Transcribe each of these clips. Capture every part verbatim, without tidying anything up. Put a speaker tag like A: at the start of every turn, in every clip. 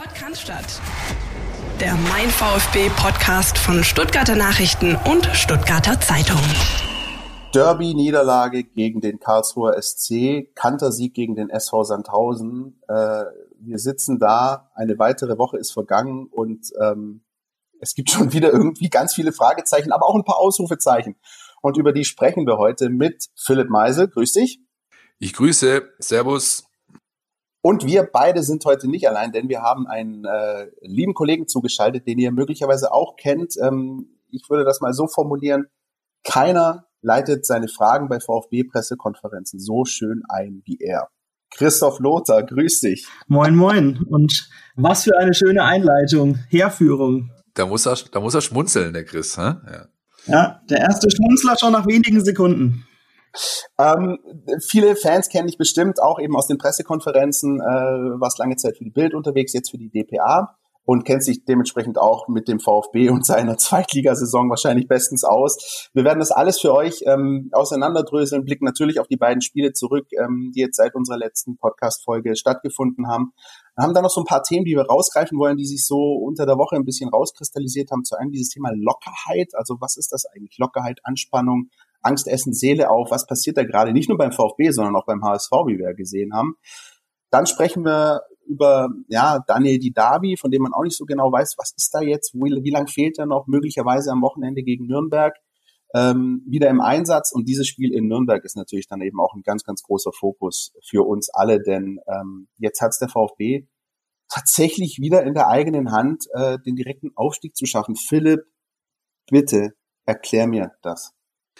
A: Podcast. Der Mein VfB-Podcast von Stuttgarter Nachrichten und Stuttgarter Zeitung.
B: Derby-Niederlage gegen den Karlsruher S C, Kantersieg gegen den S V Sandhausen. Äh, wir sitzen da, eine weitere Woche ist vergangen und ähm, es gibt schon wieder irgendwie ganz viele Fragezeichen, aber auch ein paar Ausrufezeichen. Und über die sprechen wir heute mit Philipp Meisel. Grüß dich.
C: Ich grüße. Servus.
B: Und wir beide sind heute nicht allein, denn wir haben einen äh, lieben Kollegen zugeschaltet, den ihr möglicherweise auch kennt. Ähm, ich würde das mal so formulieren: Keiner leitet seine Fragen bei VfB-Pressekonferenzen so schön ein wie er. Christoph Lothar, grüß dich.
D: Moin, moin. Und was für eine schöne Einleitung, Herführung.
C: Da muss er, da muss er schmunzeln, der Chris. Hä? Ja.
D: Ja, der erste Schmunzler schon nach wenigen Sekunden.
B: Ähm, viele Fans kenne ich bestimmt auch eben aus den Pressekonferenzen, äh, warst lange Zeit für die Bild unterwegs, jetzt für die D P A und kennt sich dementsprechend auch mit dem VfB und seiner Zweitligasaison wahrscheinlich bestens aus. Wir werden das alles für euch ähm, auseinanderdröseln, blicken natürlich auf die beiden Spiele zurück, ähm, die jetzt seit unserer letzten Podcast-Folge stattgefunden haben. Wir haben da noch so ein paar Themen, die wir rausgreifen wollen, die sich so unter der Woche ein bisschen rauskristallisiert haben. Zu einem dieses Thema Lockerheit, also was ist das eigentlich? Lockerheit, Anspannung, Angst essen, Seele auf, was passiert da gerade? Nicht nur beim VfB, sondern auch beim H S V, wie wir ja gesehen haben. Dann sprechen wir über ja Daniel Didavi, von dem man auch nicht so genau weiß, was ist da jetzt, wie, wie lang fehlt er noch, möglicherweise am Wochenende gegen Nürnberg, ähm, wieder im Einsatz. Und dieses Spiel in Nürnberg ist natürlich dann eben auch ein ganz, ganz großer Fokus für uns alle, denn ähm, jetzt hat's der VfB tatsächlich wieder in der eigenen Hand, äh, den direkten Aufstieg zu schaffen. Philipp, bitte erklär mir das.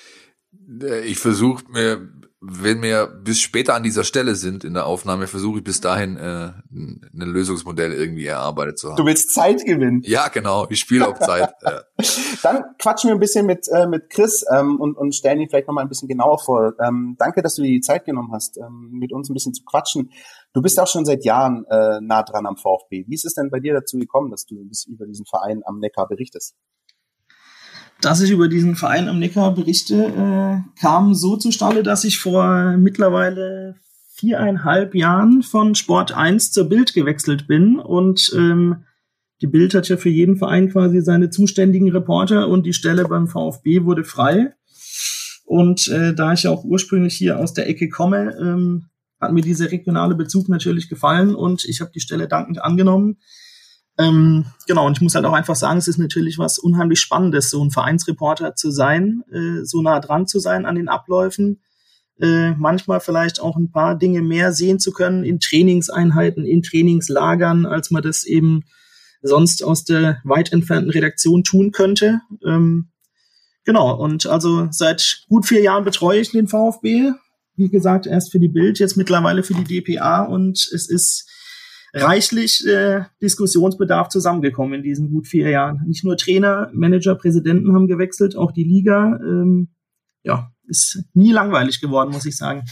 C: Ich versuche mir, wenn wir bis später an dieser Stelle sind in der Aufnahme, versuche ich bis dahin äh, ein Lösungsmodell irgendwie erarbeitet zu haben.
B: Du willst Zeit gewinnen?
C: Ja, genau. Ich spiele auf Zeit. Ja.
B: Dann quatschen wir ein bisschen mit äh, mit Chris ähm, und, und stellen ihn vielleicht nochmal ein bisschen genauer vor. Ähm, danke, dass du dir die Zeit genommen hast, ähm, mit uns ein bisschen zu quatschen. Du bist auch schon seit Jahren äh, nah dran am VfB. Wie ist es denn bei dir dazu gekommen, dass du ein bisschen über diesen Verein am Neckar berichtest?
D: Dass ich über diesen Verein am Neckar berichte, äh, kam so zustande, dass ich vor mittlerweile viereinhalb Jahren von Sport eins zur Bild gewechselt bin. Und ähm, die Bild hat ja für jeden Verein quasi seine zuständigen Reporter und die Stelle beim VfB wurde frei. Und äh, da ich ja auch ursprünglich hier aus der Ecke komme, ähm, hat mir dieser regionale Bezug natürlich gefallen und ich habe die Stelle dankend angenommen. Ähm, genau, und ich muss halt auch einfach sagen, es ist natürlich was unheimlich Spannendes, so ein Vereinsreporter zu sein, äh, so nah dran zu sein an den Abläufen, äh, manchmal vielleicht auch ein paar Dinge mehr sehen zu können in Trainingseinheiten, in Trainingslagern, als man das eben sonst aus der weit entfernten Redaktion tun könnte. Ähm, genau, und also seit gut vier Jahren betreue ich den VfB, wie gesagt, erst für die Bild, jetzt mittlerweile für die D P A und es ist reichlich äh, Diskussionsbedarf zusammengekommen in diesen gut vier Jahren. Nicht nur Trainer, Manager, Präsidenten haben gewechselt, auch die Liga. Ähm, ja, ist nie langweilig geworden, muss ich sagen.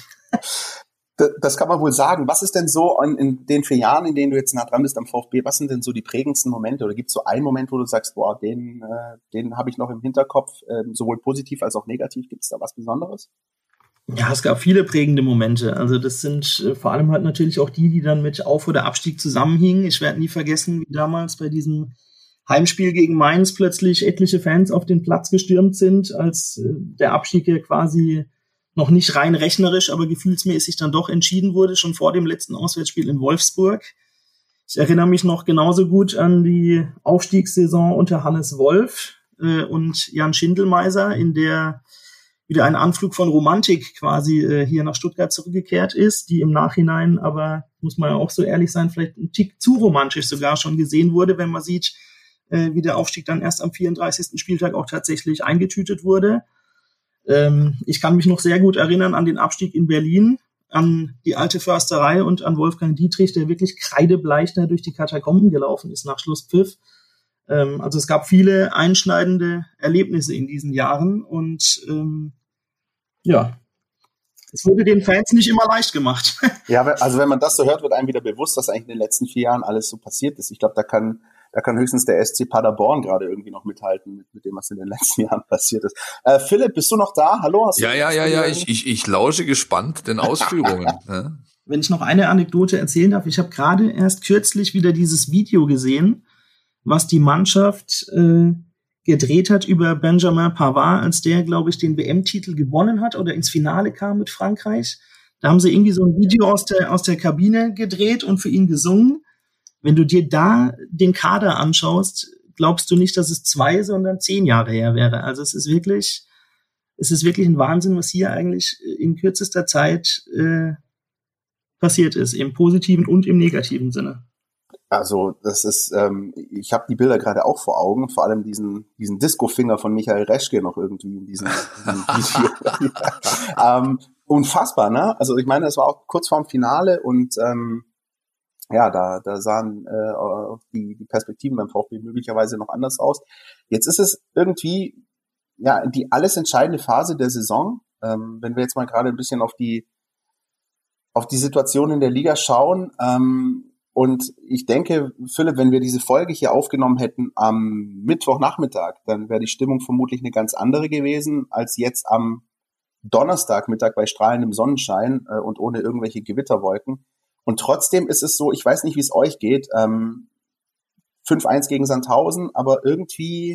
B: Das kann man wohl sagen. Was ist denn so in, in den vier Jahren, in denen du jetzt nah dran bist am VfB, was sind denn so die prägendsten Momente? Oder gibt es so einen Moment, wo du sagst, boah, den, äh, den habe ich noch im Hinterkopf, äh, sowohl positiv als auch negativ? Gibt es da was Besonderes?
D: Ja, es gab viele prägende Momente. Also das sind äh, vor allem halt natürlich auch die, die dann mit Auf- oder Abstieg zusammenhingen. Ich werde nie vergessen, wie damals bei diesem Heimspiel gegen Mainz plötzlich etliche Fans auf den Platz gestürmt sind, als äh, der Abstieg ja quasi noch nicht rein rechnerisch, aber gefühlsmäßig dann doch entschieden wurde, schon vor dem letzten Auswärtsspiel in Wolfsburg. Ich erinnere mich noch genauso gut an die Aufstiegssaison unter Hannes Wolf äh, und Jan Schindelmeiser, in der wieder ein Anflug von Romantik quasi äh, hier nach Stuttgart zurückgekehrt ist, die im Nachhinein aber, muss man ja auch so ehrlich sein, vielleicht ein Tick zu romantisch sogar schon gesehen wurde, wenn man sieht, äh, wie der Aufstieg dann erst am vierunddreißigsten Spieltag auch tatsächlich eingetütet wurde. Ähm, ich kann mich noch sehr gut erinnern an den Abstieg in Berlin, an die alte Försterei und an Wolfgang Dietrich, der wirklich kreidebleich da durch die Katakomben gelaufen ist nach Schlusspfiff. Ähm, also es gab viele einschneidende Erlebnisse in diesen Jahren und ähm, ja, es wurde den Fans nicht immer leicht gemacht.
B: Ja, also wenn man das so hört, wird einem wieder bewusst, was eigentlich in den letzten vier Jahren alles so passiert ist. Ich glaube, da kann da kann höchstens der S C Paderborn gerade irgendwie noch mithalten mit, mit dem, was in den letzten Jahren passiert ist. Äh, Philipp, bist du noch da? Hallo? Hast
C: ja,
B: du,
C: ja,
B: hast
C: ja,
B: du
C: ja, ich, ich, ich lausche gespannt den Ausführungen. Ja.
D: wenn ich noch eine Anekdote erzählen darf, ich habe gerade erst kürzlich wieder dieses Video gesehen, was die Mannschaft äh, gedreht hat über Benjamin Pavard, als der, glaube ich, den W M-Titel gewonnen hat oder ins Finale kam mit Frankreich. Da haben sie irgendwie so ein Video aus der, aus der Kabine gedreht und für ihn gesungen. Wenn du dir da den Kader anschaust, glaubst du nicht, dass es zwei, sondern zehn Jahre her wäre. Also es ist wirklich, es ist wirklich ein Wahnsinn, was hier eigentlich in kürzester Zeit äh, passiert ist, im positiven und im negativen Sinne.
B: Also das ist, ähm, ich habe die Bilder gerade auch vor Augen, vor allem diesen diesen Disco-Finger von Michael Reschke noch irgendwie in diesem, diesem Video. ähm, unfassbar, ne? Also ich meine, es war auch kurz vorm Finale und ähm, ja, da da sahen äh, die die Perspektiven beim VfB möglicherweise noch anders aus. Jetzt ist es irgendwie ja die alles entscheidende Phase der Saison. Ähm, wenn wir jetzt mal gerade ein bisschen auf die auf die Situation in der Liga schauen. Ähm, und ich denke, Philipp, wenn wir diese Folge hier aufgenommen hätten am Mittwochnachmittag, dann wäre die Stimmung vermutlich eine ganz andere gewesen als jetzt am Donnerstagmittag bei strahlendem Sonnenschein äh, und ohne irgendwelche Gewitterwolken. Und trotzdem ist es so, ich weiß nicht, wie es euch geht, ähm, fünf eins gegen Sandhausen, aber irgendwie,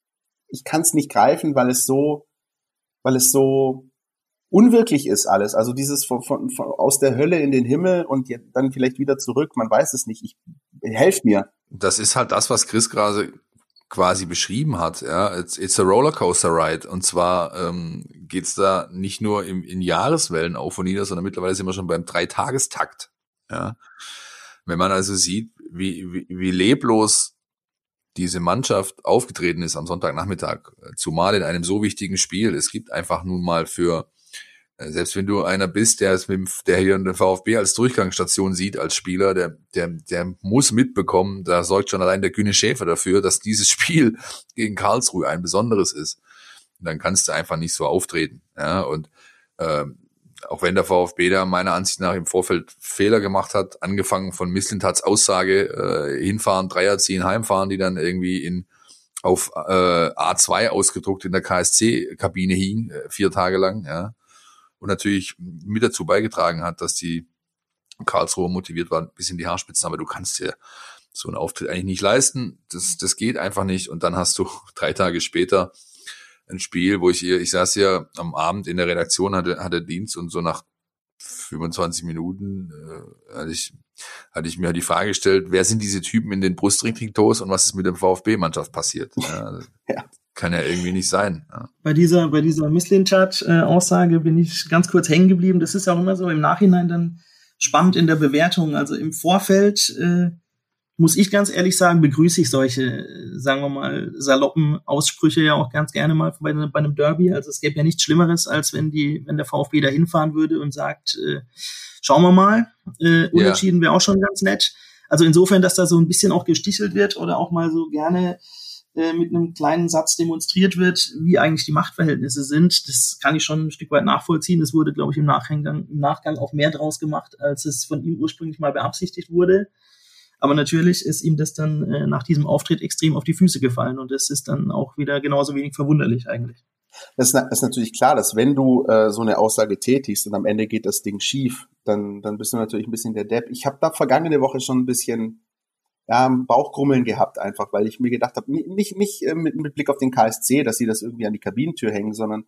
B: ich kann es nicht greifen, weil es so, weil es so unwirklich ist alles. Also dieses von, von, von aus der Hölle in den Himmel und dann vielleicht wieder zurück, man weiß es nicht. Ich, helft mir.
C: Das ist halt das, was Chris gerade quasi beschrieben hat. Ja, it's, it's a rollercoaster ride. Und zwar ähm, geht's da nicht nur im, in Jahreswellen auf und nieder, sondern mittlerweile sind wir schon beim Dreitagestakt. Ja, wenn man also sieht, wie, wie, wie leblos diese Mannschaft aufgetreten ist am Sonntagnachmittag, zumal in einem so wichtigen Spiel. Es gibt einfach nun mal für, selbst wenn du einer bist, der es mit dem, der hier den VfB als Durchgangsstation sieht, als Spieler, der, der, der muss mitbekommen, da sorgt schon allein der Kühne Schäfer dafür, dass dieses Spiel gegen Karlsruhe ein besonderes ist. Und dann kannst du einfach nicht so auftreten. Ja, und ähm, auch wenn der VfB da meiner Ansicht nach im Vorfeld Fehler gemacht hat, angefangen von Mislintats Aussage, äh, hinfahren, Dreier ziehen, heimfahren, die dann irgendwie in auf äh, A zwei ausgedruckt in der K S C-Kabine hing, äh, vier Tage lang, ja. Und natürlich mit dazu beigetragen hat, dass die Karlsruher motiviert waren, bis in die Haarspitzen. Aber du kannst dir so einen Auftritt eigentlich nicht leisten. Das, das geht einfach nicht. Und dann hast du drei Tage später ein Spiel, wo ich ihr, ich saß ja am Abend in der Redaktion, hatte, hatte Dienst und so nach fünfundzwanzig Minuten äh, hatte ich, hatte ich mir die Frage gestellt, wer sind diese Typen in den Brustringtrikots und was ist mit dem VfB-Mannschaft passiert? Ja, ja. Kann ja irgendwie nicht sein. Ja.
D: Bei dieser, bei dieser Mislintat-Aussage bin ich ganz kurz hängen geblieben. Das ist auch immer so im Nachhinein dann spannend in der Bewertung. Also im Vorfeld äh, muss ich ganz ehrlich sagen, begrüße ich solche, sagen wir mal, saloppen Aussprüche ja auch ganz gerne mal bei, bei einem Derby. Also es gäbe ja nichts Schlimmeres, als wenn die, wenn der VfB da hinfahren würde und sagt, äh, schauen wir mal, äh, unentschieden ja. Wäre auch schon ganz nett. Also insofern, dass da so ein bisschen auch gestichelt wird oder auch mal so gerne äh, mit einem kleinen Satz demonstriert wird, wie eigentlich die Machtverhältnisse sind, das kann ich schon ein Stück weit nachvollziehen. Es wurde, glaube ich, im Nachgang, im Nachgang auch mehr draus gemacht, als es von ihm ursprünglich mal beabsichtigt wurde. Aber natürlich ist ihm das dann äh, nach diesem Auftritt extrem auf die Füße gefallen und das ist dann auch wieder genauso wenig verwunderlich eigentlich.
B: Das ist natürlich klar, dass wenn du äh, so eine Aussage tätigst und am Ende geht das Ding schief, dann dann bist du natürlich ein bisschen der Depp. Ich habe da vergangene Woche schon ein bisschen ja, Bauchgrummeln gehabt einfach, weil ich mir gedacht habe, nicht nicht äh, mit, mit Blick auf den K S C, dass sie das irgendwie an die Kabinentür hängen, sondern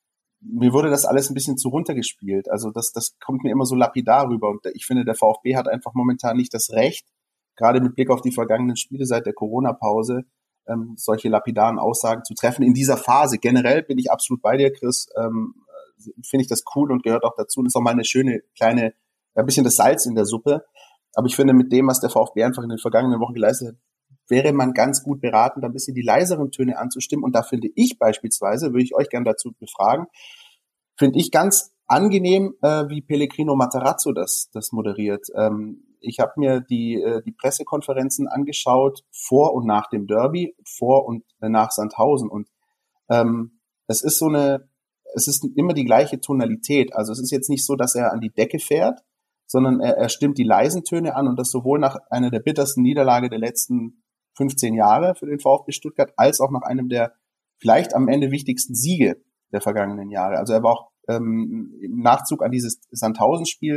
B: mir wurde das alles ein bisschen zu runtergespielt. Also das das kommt mir immer so lapidar rüber und ich finde, der VfB hat einfach momentan nicht das Recht, gerade mit Blick auf die vergangenen Spiele seit der Corona-Pause, ähm, solche lapidaren Aussagen zu treffen. In dieser Phase generell bin ich absolut bei dir, Chris. Ähm, finde ich das cool und gehört auch dazu. Und ist auch mal eine schöne kleine, ein bisschen das Salz in der Suppe. Aber ich finde, mit dem, was der VfB einfach in den vergangenen Wochen geleistet hat, wäre man ganz gut beraten, da ein bisschen die leiseren Töne anzustimmen. Und da finde ich beispielsweise, würde ich euch gerne dazu befragen, finde ich ganz angenehm, äh, wie Pellegrino Matarazzo das, das moderiert. Ähm, ich habe mir die, äh, die Pressekonferenzen angeschaut vor und nach dem Derby, vor und äh, nach Sandhausen. Und ähm, es ist so eine, es ist immer die gleiche Tonalität. Also es ist jetzt nicht so, dass er an die Decke fährt, sondern er, er stimmt die leisen Töne an und das sowohl nach einer der bittersten Niederlage der letzten fünfzehn Jahre für den VfB Stuttgart, als auch nach einem der vielleicht am Ende wichtigsten Siege der vergangenen Jahre. Also er war auch ähm, im Nachzug an dieses Sandhausen-Spiel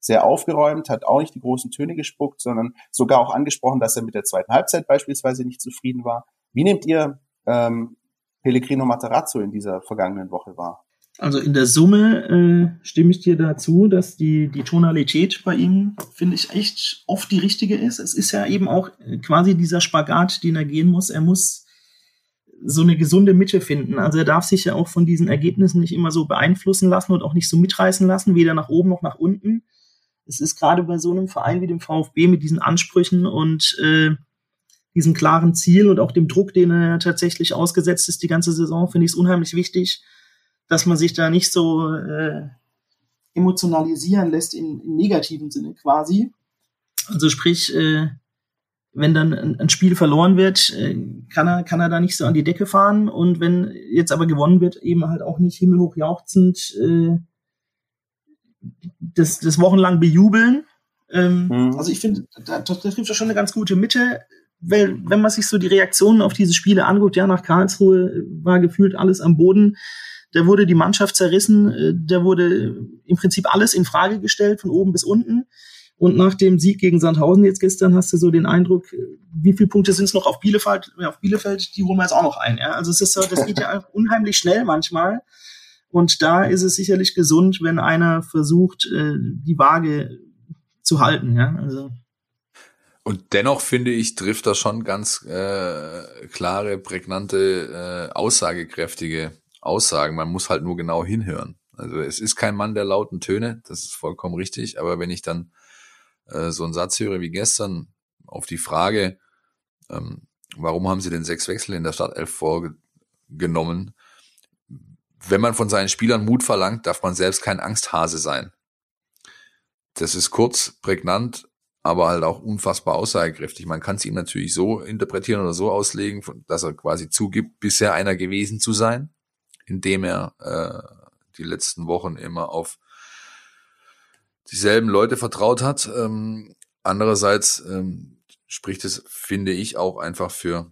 B: sehr aufgeräumt, hat auch nicht die großen Töne gespuckt, sondern sogar auch angesprochen, dass er mit der zweiten Halbzeit beispielsweise nicht zufrieden war. Wie nehmt ihr ähm, Pellegrino Matarazzo in dieser vergangenen Woche wahr?
D: Also in der Summe äh, stimme ich dir dazu, dass die, die Tonalität bei ihm, finde ich, echt oft die richtige ist. Es ist ja eben auch quasi dieser Spagat, den er gehen muss. Er muss so eine gesunde Mitte finden. Also er darf sich ja auch von diesen Ergebnissen nicht immer so beeinflussen lassen und auch nicht so mitreißen lassen, weder nach oben noch nach unten. Es ist gerade bei so einem Verein wie dem VfB mit diesen Ansprüchen und äh, diesem klaren Ziel und auch dem Druck, den er tatsächlich ausgesetzt ist die ganze Saison, finde ich es unheimlich wichtig, dass man sich da nicht so äh, emotionalisieren lässt im, im negativen Sinne quasi. Also sprich, äh, wenn dann ein, ein Spiel verloren wird, äh, kann er kann er da nicht so an die Decke fahren, und wenn jetzt aber gewonnen wird, eben halt auch nicht himmelhoch jauchzend äh, das, das wochenlang bejubeln. Ähm, mhm. Also ich finde, da, da trifft er schon eine ganz gute Mitte, weil wenn man sich so die Reaktionen auf diese Spiele anguckt, ja, nach Karlsruhe war gefühlt alles am Boden. Da wurde die Mannschaft zerrissen, da wurde im Prinzip alles in Frage gestellt, von oben bis unten. Und nach dem Sieg gegen Sandhausen jetzt gestern hast du so den Eindruck, wie viele Punkte sind es noch auf Bielefeld? Auf Bielefeld, die holen wir jetzt auch noch ein. Ja? Also es ist so, das geht ja unheimlich schnell manchmal. Und da ist es sicherlich gesund, wenn einer versucht, die Waage zu halten. Ja? Also.
C: Und dennoch finde ich, trifft er schon ganz äh, klare, prägnante, äh, aussagekräftige Aussagen. Man muss halt nur genau hinhören. Also es ist kein Mann der lauten Töne, das ist vollkommen richtig. Aber wenn ich dann äh, so einen Satz höre wie gestern auf die Frage, ähm, warum haben sie denn sechs Wechsel in der Startelf vorgenommen? Wenn man von seinen Spielern Mut verlangt, darf man selbst kein Angsthase sein. Das ist kurz, prägnant, aber halt auch unfassbar aussagekräftig. Man kann es ihm natürlich so interpretieren oder so auslegen, dass er quasi zugibt, bisher einer gewesen zu sein, indem er äh, die letzten Wochen immer auf dieselben Leute vertraut hat. Ähm, andererseits ähm, spricht es, finde ich, auch einfach für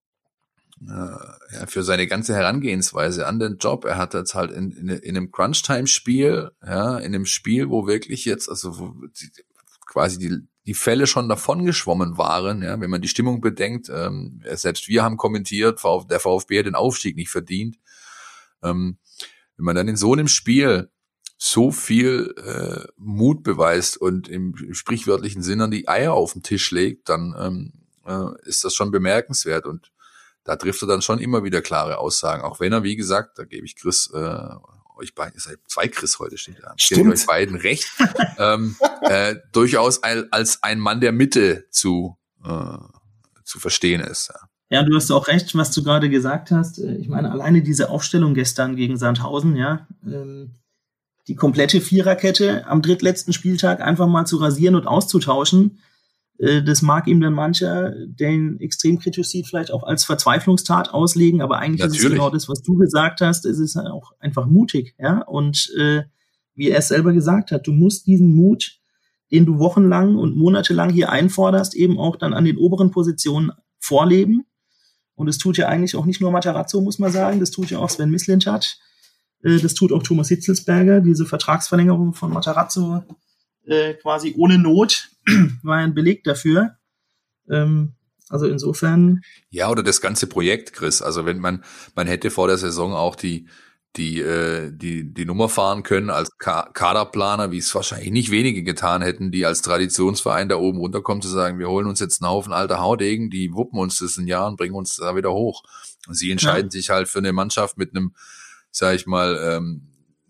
C: äh, ja, für seine ganze Herangehensweise an den Job. Er hat jetzt halt in, in, in einem Crunch-Time-Spiel, ja, in einem Spiel, wo wirklich jetzt, also wo die, quasi die die Fälle schon davon geschwommen waren, ja, wenn man die Stimmung bedenkt, ähm, selbst wir haben kommentiert, der VfB hat den Aufstieg nicht verdient. Ähm, wenn man dann in so einem Spiel so viel äh, Mut beweist und im sprichwörtlichen Sinne die Eier auf den Tisch legt, dann ähm, äh, ist das schon bemerkenswert, und da trifft er dann schon immer wieder klare Aussagen, auch wenn er, wie gesagt, da gebe ich Chris, äh, euch beiden, ihr seid zwei Chris heute, steht da, ich gebe euch beiden recht, ähm, äh, durchaus ein, als ein Mann der Mitte zu äh, zu verstehen ist. Ja.
D: Ja, du hast auch recht, was du gerade gesagt hast. Ich meine, alleine diese Aufstellung gestern gegen Sandhausen, ja, ähm, die komplette Viererkette am drittletzten Spieltag einfach mal zu rasieren und auszutauschen, äh, das mag ihm dann mancher, der ihn extrem kritisch sieht, vielleicht auch als Verzweiflungstat auslegen, aber eigentlich Natürlich. ist es genau das, was du gesagt hast, es ist auch einfach mutig, ja, und äh, wie er es selber gesagt hat, du musst diesen Mut, den du wochenlang und monatelang hier einforderst, eben auch dann an den oberen Positionen vorleben. Und es tut ja eigentlich auch nicht nur Matarazzo, muss man sagen, das tut ja auch Sven Mislintat, äh, das tut auch Thomas Hitzelsberger, diese Vertragsverlängerung von Matarazzo äh, quasi ohne Not, war ein Beleg dafür. Ähm, also insofern.
C: Ja, oder das ganze Projekt, Chris. Also wenn man, man hätte vor der Saison auch die, die, äh, die, die Nummer fahren können als Ka- Kaderplaner, wie es wahrscheinlich nicht wenige getan hätten, die als Traditionsverein da oben runterkommen, zu sagen, wir holen uns jetzt einen Haufen alter Haudegen, die wuppen uns das ein Jahr und bringen uns da wieder hoch. Und sie entscheiden ja. sich halt für eine Mannschaft mit einem, sag ich mal, ähm,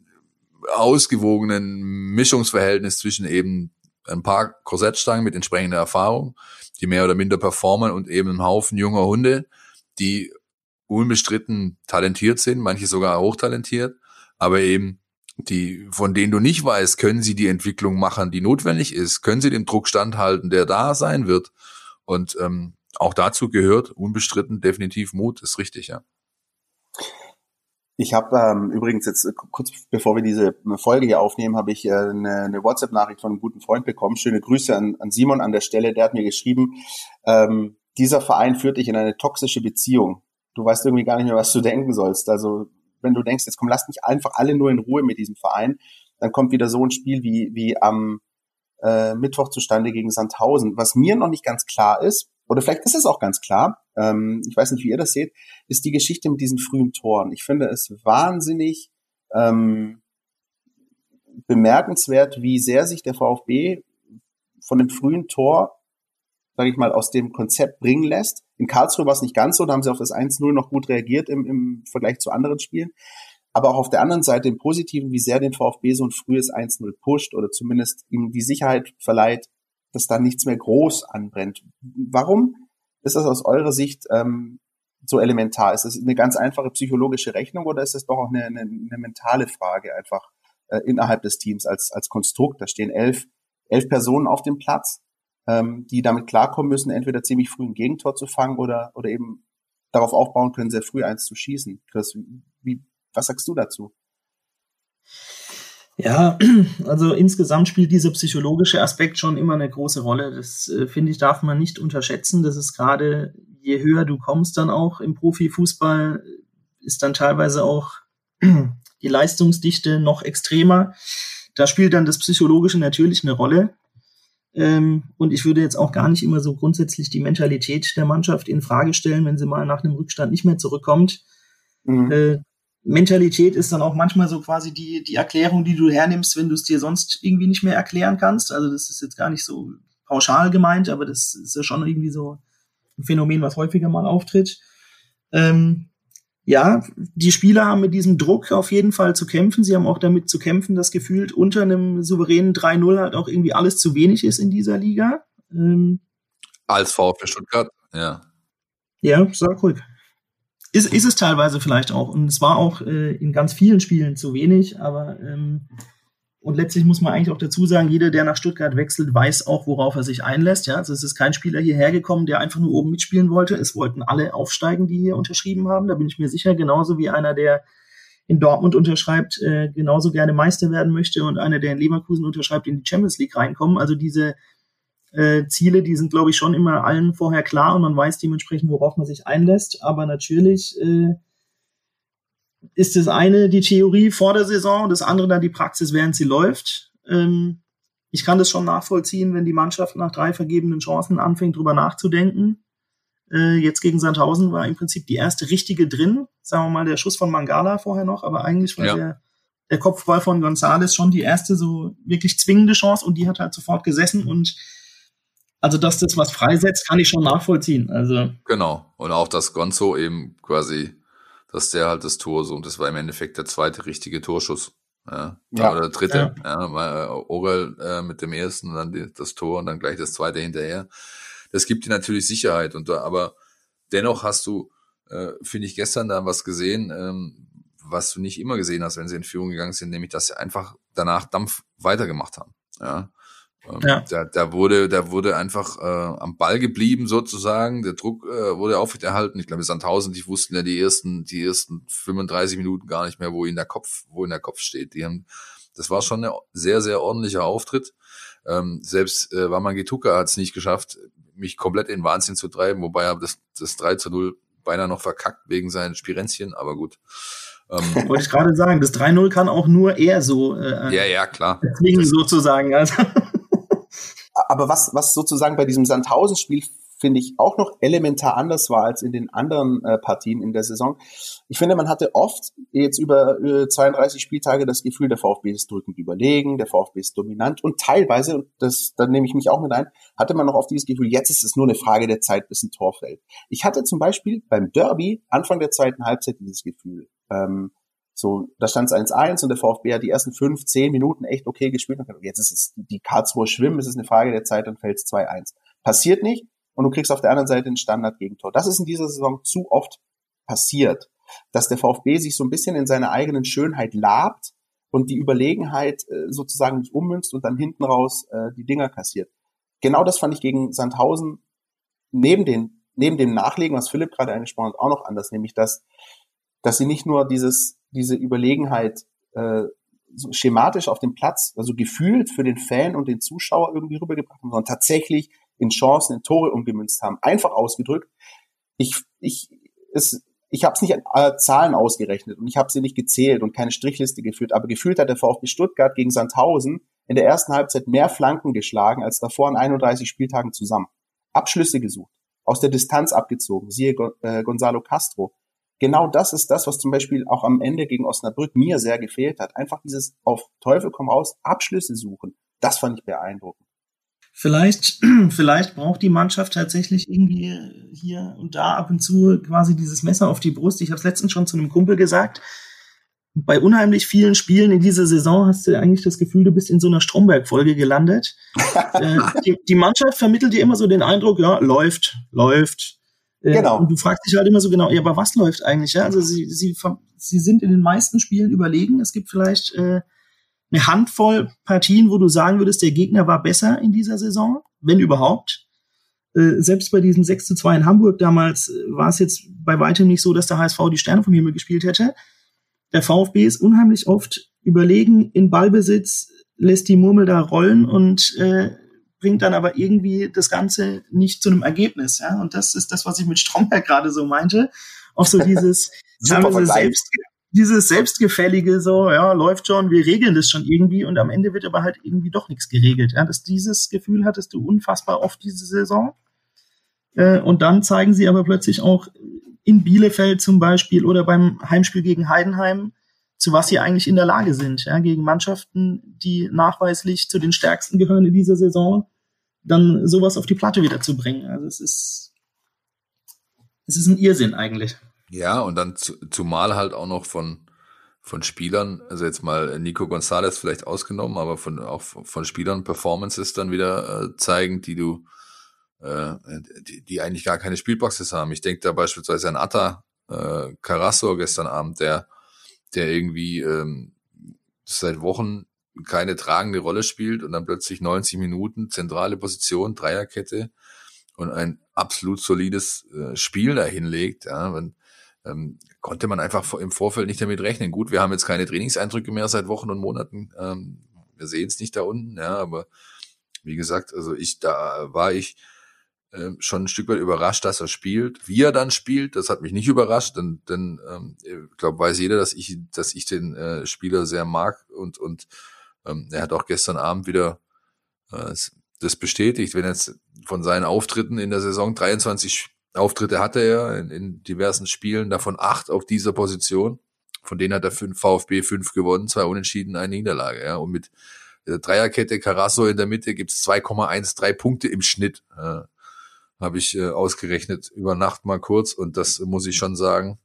C: ausgewogenen Mischungsverhältnis zwischen eben ein paar Korsettstangen mit entsprechender Erfahrung, die mehr oder minder performen, und eben einem Haufen junger Hunde, die unbestritten talentiert sind, manche sogar hochtalentiert, aber eben die, von denen du nicht weißt, können sie die Entwicklung machen, die notwendig ist, können sie dem Druck standhalten, der da sein wird, und ähm, auch dazu gehört unbestritten definitiv Mut, ist richtig, ja.
B: Ich habe ähm, übrigens jetzt, äh, kurz bevor wir diese Folge hier aufnehmen, habe ich äh, eine, eine WhatsApp-Nachricht von einem guten Freund bekommen. Schöne Grüße an, an Simon an der Stelle. Der hat mir geschrieben, ähm, dieser Verein führt dich in eine toxische Beziehung. Du weißt irgendwie gar nicht mehr, was du denken sollst. Also wenn du denkst, jetzt komm, lass mich einfach alle nur in Ruhe mit diesem Verein, dann kommt wieder so ein Spiel wie wie am äh, Mittwoch zustande gegen Sandhausen. Was mir noch nicht ganz klar ist, oder vielleicht ist es auch ganz klar, ähm, ich weiß nicht, wie ihr das seht, ist die Geschichte mit diesen frühen Toren. Ich finde es wahnsinnig ähm, bemerkenswert, wie sehr sich der VfB von dem frühen Tor, sage ich mal, aus dem Konzept bringen lässt. In Karlsruhe war es nicht ganz so, da haben sie auf das eins null noch gut reagiert im, im Vergleich zu anderen Spielen. Aber auch auf der anderen Seite im Positiven, wie sehr den VfB so ein frühes eins null pusht oder zumindest ihm die Sicherheit verleiht, dass da nichts mehr groß anbrennt. Warum ist das aus eurer Sicht ähm, so elementar? Ist das eine ganz einfache psychologische Rechnung oder ist das doch auch eine, eine, eine mentale Frage einfach äh, innerhalb des Teams als als Konstrukt? Da stehen elf, elf Personen auf dem Platz, ähm, die damit klarkommen müssen, entweder ziemlich früh ein Gegentor zu fangen oder oder eben darauf aufbauen können, sehr früh eins zu schießen. Chris, wie, was sagst du dazu?
D: Ja, also insgesamt spielt dieser psychologische Aspekt schon immer eine große Rolle. Das, äh, finde ich, darf man nicht unterschätzen. Das ist gerade, je höher du kommst dann auch im Profifußball, ist dann teilweise auch die Leistungsdichte noch extremer. Da spielt dann das Psychologische natürlich eine Rolle. Ähm, und ich würde jetzt auch gar nicht immer so grundsätzlich die Mentalität der Mannschaft in Frage stellen, wenn sie mal nach einem Rückstand nicht mehr zurückkommt. Mhm. Äh, Mentalität ist dann auch manchmal so quasi die, die Erklärung, die du hernimmst, wenn du es dir sonst irgendwie nicht mehr erklären kannst. Also das ist jetzt gar nicht so pauschal gemeint, aber das ist ja schon irgendwie so ein Phänomen, was häufiger mal auftritt. Ähm, ja, die Spieler haben mit diesem Druck auf jeden Fall zu kämpfen. Sie haben auch damit zu kämpfen, dass gefühlt unter einem souveränen drei null halt auch irgendwie alles zu wenig ist in dieser Liga. Ähm,
C: Als VfB Stuttgart, ja.
D: Ja, sag ruhig. Ist, ist es teilweise vielleicht auch. Und es war auch äh, in ganz vielen Spielen zu wenig. Aber ähm, und letztlich muss man eigentlich auch dazu sagen, jeder, der nach Stuttgart wechselt, weiß auch, worauf er sich einlässt. Ja, also es ist kein Spieler hierher gekommen, der einfach nur oben mitspielen wollte. Es wollten alle aufsteigen, die hier unterschrieben haben. Da bin ich mir sicher. Genauso wie einer, der in Dortmund unterschreibt, äh, genauso gerne Meister werden möchte und einer, der in Leverkusen unterschreibt, in die Champions League reinkommen. Also diese Äh, Ziele, die sind, glaube ich, schon immer allen vorher klar und man weiß dementsprechend, worauf man sich einlässt. Aber natürlich äh, ist das eine die Theorie vor der Saison und das andere dann die Praxis, während sie läuft. Ähm, ich kann das schon nachvollziehen, wenn die Mannschaft nach drei vergebenen Chancen anfängt, drüber nachzudenken. Äh, jetzt gegen Sandhausen war im Prinzip die erste richtige drin. Sagen wir mal, der Schuss von Mangala vorher noch, aber eigentlich war ja. der, der Kopfball von González schon die erste so wirklich zwingende Chance und die hat halt sofort gesessen und also, dass das was freisetzt, kann ich schon nachvollziehen. Also
C: genau. Und auch, dass Gonzo eben quasi, dass der halt das Tor so, und das war im Endeffekt der zweite richtige Torschuss. Ja. ja. Oder der dritte. Ja. ja Orel äh, mit dem ersten und dann die, das Tor und dann gleich das zweite hinterher. Das gibt dir natürlich Sicherheit. Und da, aber dennoch hast du, äh, finde ich, gestern da was gesehen, ähm, was du nicht immer gesehen hast, wenn sie in Führung gegangen sind, nämlich, dass sie einfach danach Dampf weitergemacht haben. Ja. Ja. Da, da wurde, da wurde einfach äh, am Ball geblieben sozusagen. Der Druck äh, wurde aufrechterhalten. Ich glaube, Sandhausen, die wussten ja die ersten, die ersten fünfunddreißig Minuten gar nicht mehr, wo ihnen der Kopf, wo ihnen der Kopf steht. Die haben, das war schon ein sehr, sehr ordentlicher Auftritt. Ähm, selbst äh, Wamangituka hat es nicht geschafft, mich komplett in Wahnsinn zu treiben, wobei er das, das drei zu null beinahe noch verkackt wegen seinen Spirenzchen. Aber gut.
D: Ähm, Wollte ich gerade sagen, das drei null kann auch nur er so äh,
C: ja, ja, klar.
D: Zwingen sozusagen. Also
B: aber was, was sozusagen bei diesem Sandhausen-Spiel, finde ich, auch noch elementar anders war als in den anderen äh, Partien in der Saison. Ich finde, man hatte oft jetzt über äh, zweiunddreißig Spieltage das Gefühl, der VfB ist drückend überlegen, der VfB ist dominant und teilweise, und das, da nehme ich mich auch mit ein, hatte man noch oft dieses Gefühl, jetzt ist es nur eine Frage der Zeit, bis ein Tor fällt. Ich hatte zum Beispiel beim Derby Anfang der zweiten Halbzeit dieses Gefühl. Ähm, So, da stand es eins eins und der VfB hat die ersten fünf, zehn Minuten echt okay gespielt. Und jetzt ist es die Karlsruher schwimmen, es ist eine Frage der Zeit, dann fällt es zwei eins. Passiert nicht und du kriegst auf der anderen Seite ein Standard-Gegentor. Das ist in dieser Saison zu oft passiert, dass der VfB sich so ein bisschen in seiner eigenen Schönheit labt und die Überlegenheit äh, sozusagen nicht ummünzt und dann hinten raus äh, die Dinger kassiert. Genau das fand ich gegen Sandhausen neben, den, neben dem Nachlegen, was Philipp gerade angesprochen hat, auch noch anders, nämlich dass, dass sie nicht nur dieses diese Überlegenheit äh, so schematisch auf dem Platz, also gefühlt für den Fan und den Zuschauer irgendwie rübergebracht haben, sondern tatsächlich in Chancen, in Tore umgemünzt haben. Einfach ausgedrückt. Ich ich es ich habe es nicht an äh, Zahlen ausgerechnet und ich habe sie nicht gezählt und keine Strichliste geführt, aber gefühlt hat der VfB Stuttgart gegen Sandhausen in der ersten Halbzeit mehr Flanken geschlagen als davor an einunddreißig Spieltagen zusammen. Abschlüsse gesucht, aus der Distanz abgezogen, siehe äh, Gonzalo Castro. Genau das ist das, was zum Beispiel auch am Ende gegen Osnabrück mir sehr gefehlt hat. Einfach dieses auf Teufel komm raus, Abschlüsse suchen. Das fand ich beeindruckend.
D: Vielleicht, vielleicht braucht die Mannschaft tatsächlich irgendwie hier und da ab und zu quasi dieses Messer auf die Brust. Ich habe es letztens schon zu einem Kumpel gesagt. Bei unheimlich vielen Spielen in dieser Saison hast du eigentlich das Gefühl, du bist in so einer Stromberg-Folge gelandet. äh, die, die Mannschaft vermittelt dir immer so den Eindruck, ja, läuft, läuft. Äh,
B: genau.
D: Und du fragst dich halt immer so genau, ja, aber was läuft eigentlich? Ja? Also sie, sie, sie sind in den meisten Spielen überlegen. Es gibt vielleicht äh, eine Handvoll Partien, wo du sagen würdest, der Gegner war besser in dieser Saison, wenn überhaupt. Äh, selbst bei diesem sechs zu zwei in Hamburg damals äh, war es jetzt bei weitem nicht so, dass der H S V die Sterne vom Himmel gespielt hätte. Der VfB ist unheimlich oft überlegen in Ballbesitz, lässt die Murmel da rollen und äh, bringt dann aber irgendwie das Ganze nicht zu einem Ergebnis. Ja? Und das ist das, was ich mit Stromberg gerade so meinte. Auch so dieses, selbst, dieses Selbstgefällige, so, ja, läuft schon, wir regeln das schon irgendwie und am Ende wird aber halt irgendwie doch nichts geregelt. Ja? Das, dieses Gefühl hattest du unfassbar oft diese Saison. Äh, und dann zeigen sie aber plötzlich auch in Bielefeld zum Beispiel oder beim Heimspiel gegen Heidenheim, zu was sie eigentlich in der Lage sind, ja, gegen Mannschaften, die nachweislich zu den stärksten gehören in dieser Saison, dann sowas auf die Platte wieder zu bringen. Also es ist, es ist ein Irrsinn eigentlich.
C: Ja, und dann zu, zumal halt auch noch von, von Spielern, also jetzt mal Nico González vielleicht ausgenommen, aber von, auch von Spielern Performances dann wieder äh, zeigen, die du Die, die eigentlich gar keine Spielpraxis haben. Ich denke da beispielsweise an Atta äh, Carasso gestern Abend, der der irgendwie ähm, seit Wochen keine tragende Rolle spielt und dann plötzlich neunzig Minuten, zentrale Position, Dreierkette und ein absolut solides äh, Spiel da hinlegt. Ja, wenn, ähm, konnte man einfach im Vorfeld nicht damit rechnen. Gut, wir haben jetzt keine Trainingseindrücke mehr seit Wochen und Monaten. Ähm, wir sehen es nicht da unten, ja, aber wie gesagt, also ich, da war ich schon ein Stück weit überrascht, dass er spielt. Wie er dann spielt, das hat mich nicht überrascht, denn, denn ähm, ich glaube, weiß jeder, dass ich, dass ich den äh, Spieler sehr mag und und ähm, er hat auch gestern Abend wieder äh, das bestätigt, wenn jetzt von seinen Auftritten in der Saison dreiundzwanzig Auftritte hatte er in, in diversen Spielen, davon acht auf dieser Position, von denen hat der VfB fünf gewonnen, zwei Unentschieden, eine Niederlage, ja, und mit der Dreierkette Carasso in der Mitte gibt's zwei Komma dreizehn Punkte im Schnitt. Äh, habe ich äh, ausgerechnet über Nacht mal kurz und das muss ich schon sagen,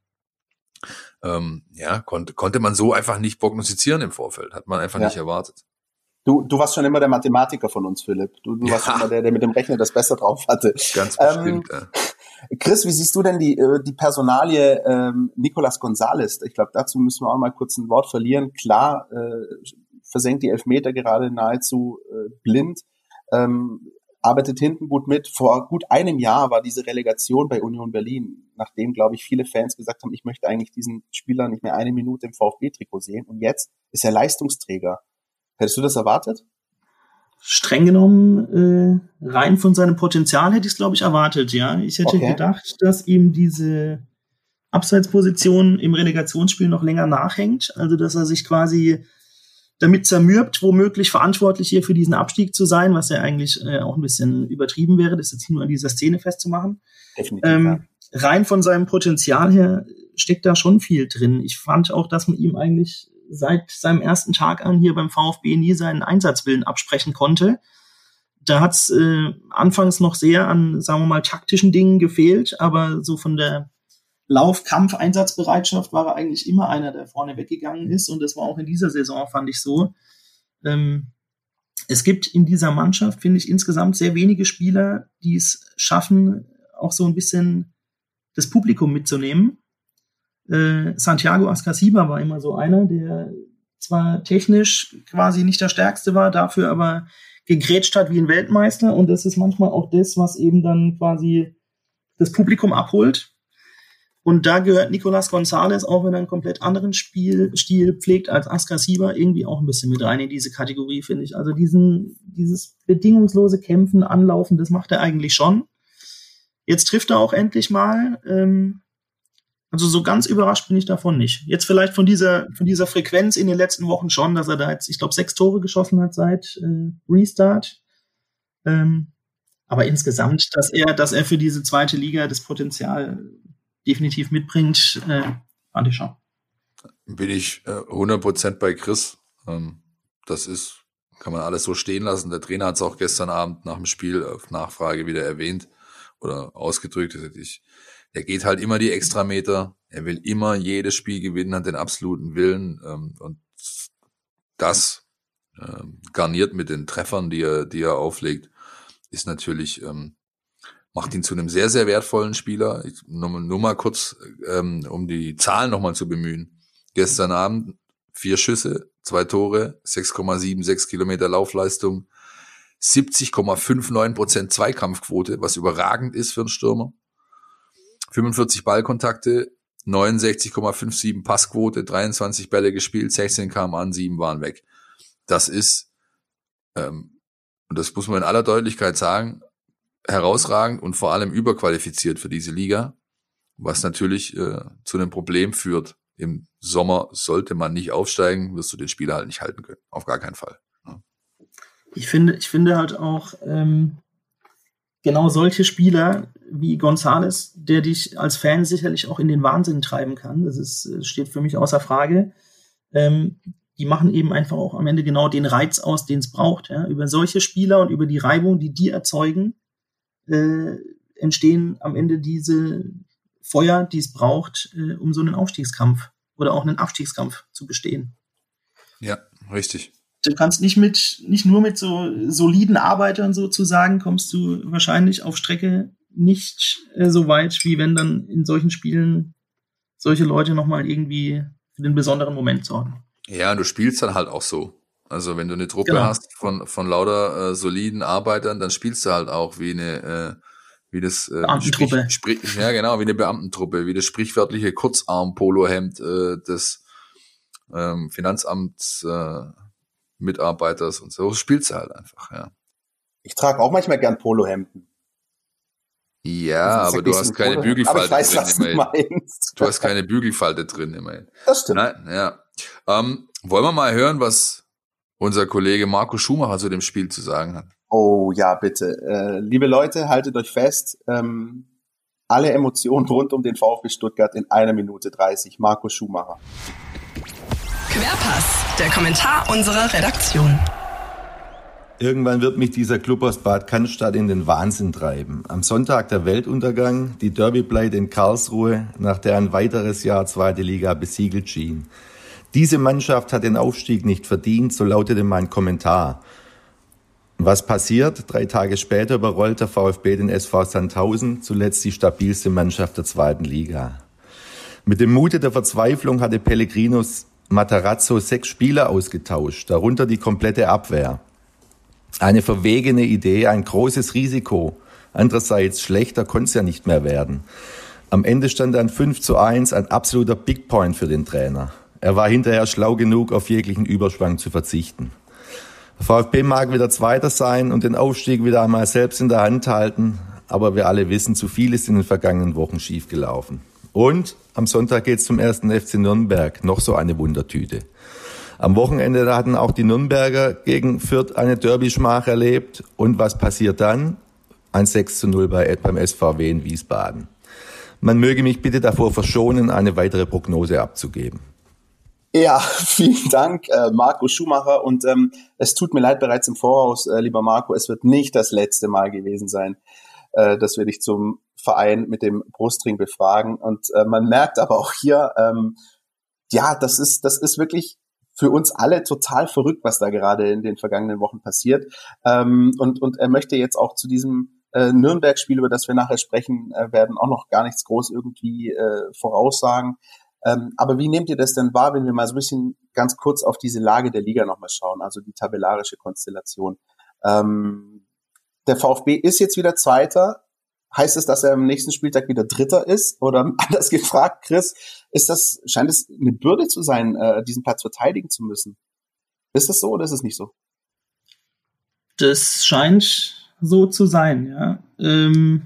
C: ähm, ja, konnte konnte man so einfach nicht prognostizieren im Vorfeld, hat man einfach ja. nicht erwartet.
B: Du du warst schon immer der Mathematiker von uns, Philipp. Du, du ja. warst immer der, der mit dem Rechner das besser drauf hatte.
C: Ganz bestimmt, ähm,
B: ja. Chris, wie siehst du denn die die Personalie ähm, Nicolas González? Ich glaube, dazu müssen wir auch mal kurz ein Wort verlieren. Klar, äh, versenkt die Elfmeter gerade nahezu äh, blind. Ähm, arbeitet hinten gut mit. Vor gut einem Jahr war diese Relegation bei Union Berlin, nachdem, glaube ich, viele Fans gesagt haben, ich möchte eigentlich diesen Spieler nicht mehr eine Minute im VfB-Trikot sehen. Und jetzt ist er Leistungsträger. Hättest du das erwartet?
D: Streng genommen, äh, rein von seinem Potenzial hätte ich es, glaube ich, erwartet, ja. Ich hätte okay. gedacht, dass ihm diese Abseitsposition im Relegationsspiel noch länger nachhängt. Also, dass er sich quasi damit zermürbt, womöglich verantwortlich hier für diesen Abstieg zu sein, was ja eigentlich äh, auch ein bisschen übertrieben wäre, das jetzt nur an dieser Szene festzumachen.
B: Definitiv.
D: Ähm, ja. Rein von seinem Potenzial her steckt da schon viel drin. Ich fand auch, dass man ihm eigentlich seit seinem ersten Tag an hier beim VfB nie seinen Einsatzwillen absprechen konnte. Da hat es äh, anfangs noch sehr an, sagen wir mal, taktischen Dingen gefehlt, aber so von der Lauf-Kampf-Einsatzbereitschaft war er eigentlich immer einer, der vorne weggegangen ist. Und das war auch in dieser Saison, fand ich so. Ähm, es gibt in dieser Mannschaft, finde ich, insgesamt sehr wenige Spieler, die es schaffen, auch so ein bisschen das Publikum mitzunehmen. Äh, Santiago Ascasiba war immer so einer, der zwar technisch quasi nicht der Stärkste war, dafür aber gegrätscht hat wie ein Weltmeister. Und das ist manchmal auch das, was eben dann quasi das Publikum abholt. Und da gehört Nicolas González, auch wenn er einen komplett anderen Spiel, Stil pflegt als Ascasiba, irgendwie auch ein bisschen mit rein in diese Kategorie, finde ich. Also diesen, dieses bedingungslose Kämpfen, Anlaufen, das macht er eigentlich schon. Jetzt trifft er auch endlich mal. Ähm, Also so ganz überrascht bin ich davon nicht. Jetzt vielleicht von dieser von dieser Frequenz in den letzten Wochen schon, dass er da jetzt, ich glaube, sechs Tore geschossen hat seit äh, Restart. Ähm, aber insgesamt, dass er, dass er für diese zweite Liga das Potenzial definitiv mitbringt, äh, fand ich schon.
C: Bin ich äh, hundert Prozent bei Chris. Ähm, das ist, kann man alles so stehen lassen. Der Trainer hat es auch gestern Abend nach dem Spiel auf Nachfrage wieder erwähnt oder ausgedrückt. Ich, er geht halt immer die Extrameter. Er will immer jedes Spiel gewinnen, hat den absoluten Willen. Ähm, und das ähm, garniert mit den Treffern, die er, die er auflegt, ist natürlich, ähm, macht ihn zu einem sehr, sehr wertvollen Spieler. Ich, nur, nur mal kurz, ähm, um die Zahlen nochmal zu bemühen. Gestern Abend vier Schüsse, zwei Tore, sechs Komma sechsundsiebzig Kilometer Laufleistung, siebzig Komma neunundfünfzig Prozent Zweikampfquote, was überragend ist für einen Stürmer. fünfundvierzig Ballkontakte, neunundsechzig Komma siebenundfünfzig Passquote, dreiundzwanzig Bälle gespielt, sechzehn kamen an, sieben waren weg. Das ist, ähm, und das muss man in aller Deutlichkeit sagen, herausragend und vor allem überqualifiziert für diese Liga, was natürlich äh, zu einem Problem führt. Im Sommer sollte man nicht aufsteigen, wirst du den Spieler halt nicht halten können. Auf gar keinen Fall. Ja.
D: Ich finde, ich finde halt auch ähm, genau solche Spieler wie González, der dich als Fan sicherlich auch in den Wahnsinn treiben kann. Das ist, steht für mich außer Frage. Ähm, die machen eben einfach auch am Ende genau den Reiz aus, den es braucht. Ja? Über solche Spieler und über die Reibung, die die erzeugen, äh, entstehen am Ende diese Feuer, die es braucht, äh, um so einen Aufstiegskampf oder auch einen Abstiegskampf zu bestehen.
C: Ja, richtig.
D: Du kannst nicht mit, nicht nur mit so soliden Arbeitern sozusagen, kommst du wahrscheinlich auf Strecke nicht äh, so weit, wie wenn dann in solchen Spielen solche Leute nochmal irgendwie für den besonderen Moment sorgen.
C: Ja, und du spielst dann halt auch so. Also wenn du eine Truppe
D: Genau.
C: hast von von lauter äh, soliden Arbeitern, dann spielst du halt auch wie eine äh, wie das äh,
D: Beamtentruppe.
C: Sprich, sprich, ja genau, wie eine Beamtentruppe, wie das sprichwörtliche Kurzarm-Polohemd äh, des ähm, Finanzamts äh, Mitarbeiters und so. Spielst du halt einfach, ja.
B: Ich trage auch manchmal gern Polohemden.
C: Ja, aber du hast keine
B: Bügelfalte
C: Bügelfalte
B: aber ich weiß,
C: drin
B: was
C: immerhin.
B: Du, meinst.
C: Du hast keine Bügelfalte drin immerhin.
B: Das stimmt.
C: Nein, ja. Ähm, wollen wir mal hören, was unser Kollege Marco Schumacher zu dem Spiel zu sagen hat?
B: Oh ja, bitte. Äh, liebe Leute, haltet euch fest. Ähm, alle Emotionen rund um den VfB Stuttgart in einer Minute dreißig. Marco Schumacher.
A: Querpass, der Kommentar unserer Redaktion.
E: Irgendwann wird mich dieser Club aus Bad Cannstatt in den Wahnsinn treiben. Am Sonntag der Weltuntergang, die Derby-Pleite in Karlsruhe, nach der ein weiteres Jahr zweite Liga besiegelt schien. Diese Mannschaft hat den Aufstieg nicht verdient, so lautete mein Kommentar. Was passiert? Drei Tage später überrollt der VfB den S V Sandhausen, zuletzt die stabilste Mannschaft der zweiten Liga. Mit dem Mute der Verzweiflung hatte Pellegrinos Matarazzo sechs Spieler ausgetauscht, darunter die komplette Abwehr. Eine verwegene Idee, ein großes Risiko. Andererseits, schlechter konnte es ja nicht mehr werden. Am Ende stand dann fünf zu eins, ein absoluter Big Point für den Trainer. Er war hinterher schlau genug, auf jeglichen Überschwang zu verzichten. Der VfB mag wieder Zweiter sein und den Aufstieg wieder einmal selbst in der Hand halten, aber wir alle wissen, zu viel ist in den vergangenen Wochen schiefgelaufen. Und am Sonntag geht's zum ersten F C Nürnberg, noch so eine Wundertüte. Am Wochenende da hatten auch die Nürnberger gegen Fürth eine Derby-Schmach erlebt. Und was passiert dann? Ein sechs zu null bei, beim S V W in Wiesbaden. Man möge mich bitte davor verschonen, eine weitere Prognose abzugeben.
B: Ja, vielen Dank, äh, Marco Schumacher. Und ähm, es tut mir leid bereits im Voraus, äh, lieber Marco, es wird nicht das letzte Mal gewesen sein, äh, dass wir dich zum Verein mit dem Brustring befragen. Und äh, man merkt aber auch hier, ähm, ja, das ist, das ist wirklich für uns alle total verrückt, was da gerade in den vergangenen Wochen passiert. Ähm, und, und er möchte jetzt auch zu diesem äh, Nürnberg-Spiel, über das wir nachher sprechen äh, werden, auch noch gar nichts groß irgendwie äh, voraussagen. Ähm, aber wie nehmt ihr das denn wahr, wenn wir mal so ein bisschen ganz kurz auf diese Lage der Liga nochmal schauen, also die tabellarische Konstellation? Ähm, der VfB ist jetzt wieder Zweiter. Heißt es, dass er am nächsten Spieltag wieder Dritter ist? Oder anders gefragt, Chris, ist das, scheint es eine Bürde zu sein, äh, diesen Platz verteidigen zu müssen? Ist das so oder ist es nicht so?
D: Das scheint so zu sein, ja. Ähm,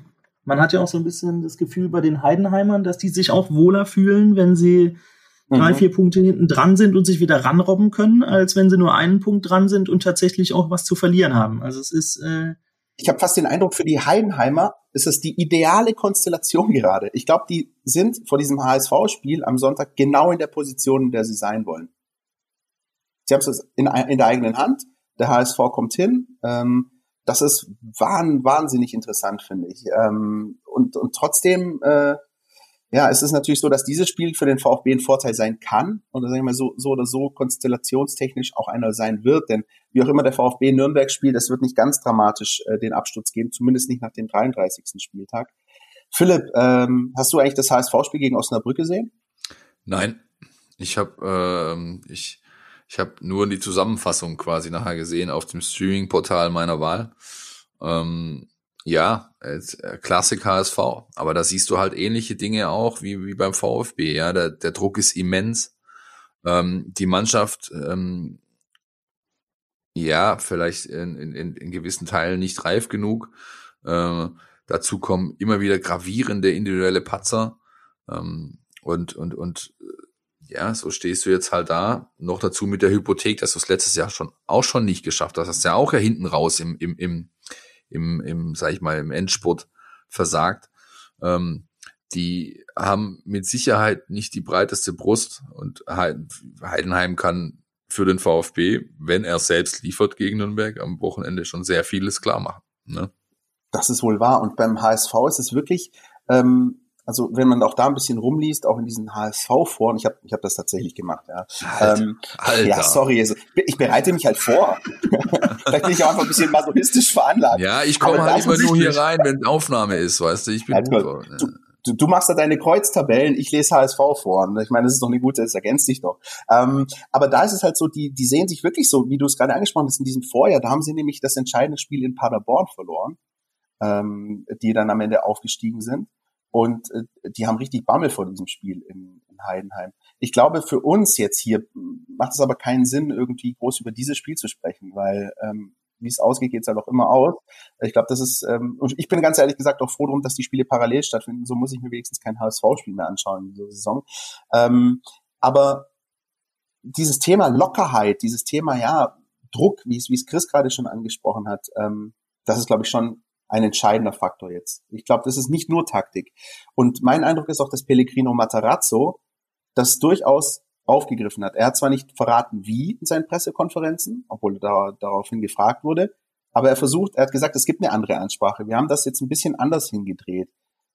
D: Man hat ja auch so ein bisschen das Gefühl bei den Heidenheimern, dass die sich auch wohler fühlen, wenn sie mhm. drei, vier Punkte hinten dran sind und sich wieder ranrobben können, als wenn sie nur einen Punkt dran sind und tatsächlich auch was zu verlieren haben. Also es ist... Äh
B: ich habe fast den Eindruck, für die Heidenheimer ist es die ideale Konstellation gerade. Ich glaube, die sind vor diesem H S V-Spiel am Sonntag genau in der Position, in der sie sein wollen. Sie haben es in, in der eigenen Hand. Der H S V kommt hin. Ähm, das ist wahn, wahnsinnig interessant, finde ich. Ähm, und, und trotzdem, äh, ja, es ist natürlich so, dass dieses Spiel für den VfB ein Vorteil sein kann. Oder sagen wir mal so, so oder so konstellationstechnisch auch einer sein wird. Denn wie auch immer der VfB Nürnberg spielt, es wird nicht ganz dramatisch äh, den Absturz geben. Zumindest nicht nach dem dreiunddreißigsten Spieltag. Philipp, ähm, hast du eigentlich das H S V-Spiel gegen Osnabrück gesehen?
C: Nein, ich habe ähm, ich ich habe nur die Zusammenfassung quasi nachher gesehen auf dem Streaming-Portal meiner Wahl. Ähm, ja, Klassik H S V, aber da siehst du halt ähnliche Dinge auch wie wie beim VfB. Ja, der der Druck ist immens. Ähm, die Mannschaft ähm, ja vielleicht in, in in gewissen Teilen nicht reif genug. Äh, dazu kommen immer wieder gravierende individuelle Patzer ähm, und und und ja, so stehst du jetzt halt da. Noch dazu mit der Hypothek, dass du es letztes Jahr schon auch schon nicht geschafft hast. Das ist ja auch ja hinten raus im im im im, im sag ich mal, im Endspurt versagt. Ähm, die haben mit Sicherheit nicht die breiteste Brust und Heidenheim kann für den VfB, wenn er selbst liefert gegen Nürnberg, am Wochenende schon sehr vieles klar machen. Ne?
B: Das ist wohl wahr. Und beim H S V ist es wirklich, ähm, also wenn man auch da ein bisschen rumliest, auch in diesen H S V-Foren, ich habe ich hab das tatsächlich gemacht, ja.
C: Alter,
B: ähm,
C: Alter.
B: Ja, sorry, also, ich bereite mich halt vor. Vielleicht bin ich auch einfach ein bisschen masochistisch veranlagt.
C: Ja, ich komme halt immer nur hier rein, wenn Aufnahme ist, weißt du, ich bin
B: ja,
C: gut.
B: Du, du, du machst da deine Kreuztabellen, ich lese H S V-Foren. Ich meine, das ist doch eine gute, das ergänzt sich doch. Ähm, aber da ist es halt so, die die sehen sich wirklich so, wie du es gerade angesprochen hast, in diesem Vorjahr, da haben sie nämlich das entscheidende Spiel in Paderborn verloren, ähm, die dann am Ende aufgestiegen sind. Und äh, die haben richtig Bammel vor diesem Spiel in, in Heidenheim. Ich glaube, für uns jetzt hier macht es aber keinen Sinn, irgendwie groß über dieses Spiel zu sprechen, weil ähm, wie es ausgeht, geht es halt auch immer aus. Ich glaube, das ist, ähm, und ich bin ganz ehrlich gesagt auch froh darum, dass die Spiele parallel stattfinden. So muss ich mir wenigstens kein H S V-Spiel mehr anschauen in dieser Saison. Ähm, aber dieses Thema Lockerheit, dieses Thema, ja, Druck, wie es wie es Chris gerade schon angesprochen hat, ähm, das ist, glaube ich, schon ein entscheidender Faktor jetzt. Ich glaube, das ist nicht nur Taktik. Und mein Eindruck ist auch, dass Pellegrino Matarazzo das durchaus aufgegriffen hat. Er hat zwar nicht verraten, wie in seinen Pressekonferenzen, obwohl da, daraufhin gefragt wurde, aber er versucht, er hat gesagt, es gibt eine andere Ansprache. Wir haben das jetzt ein bisschen anders hingedreht.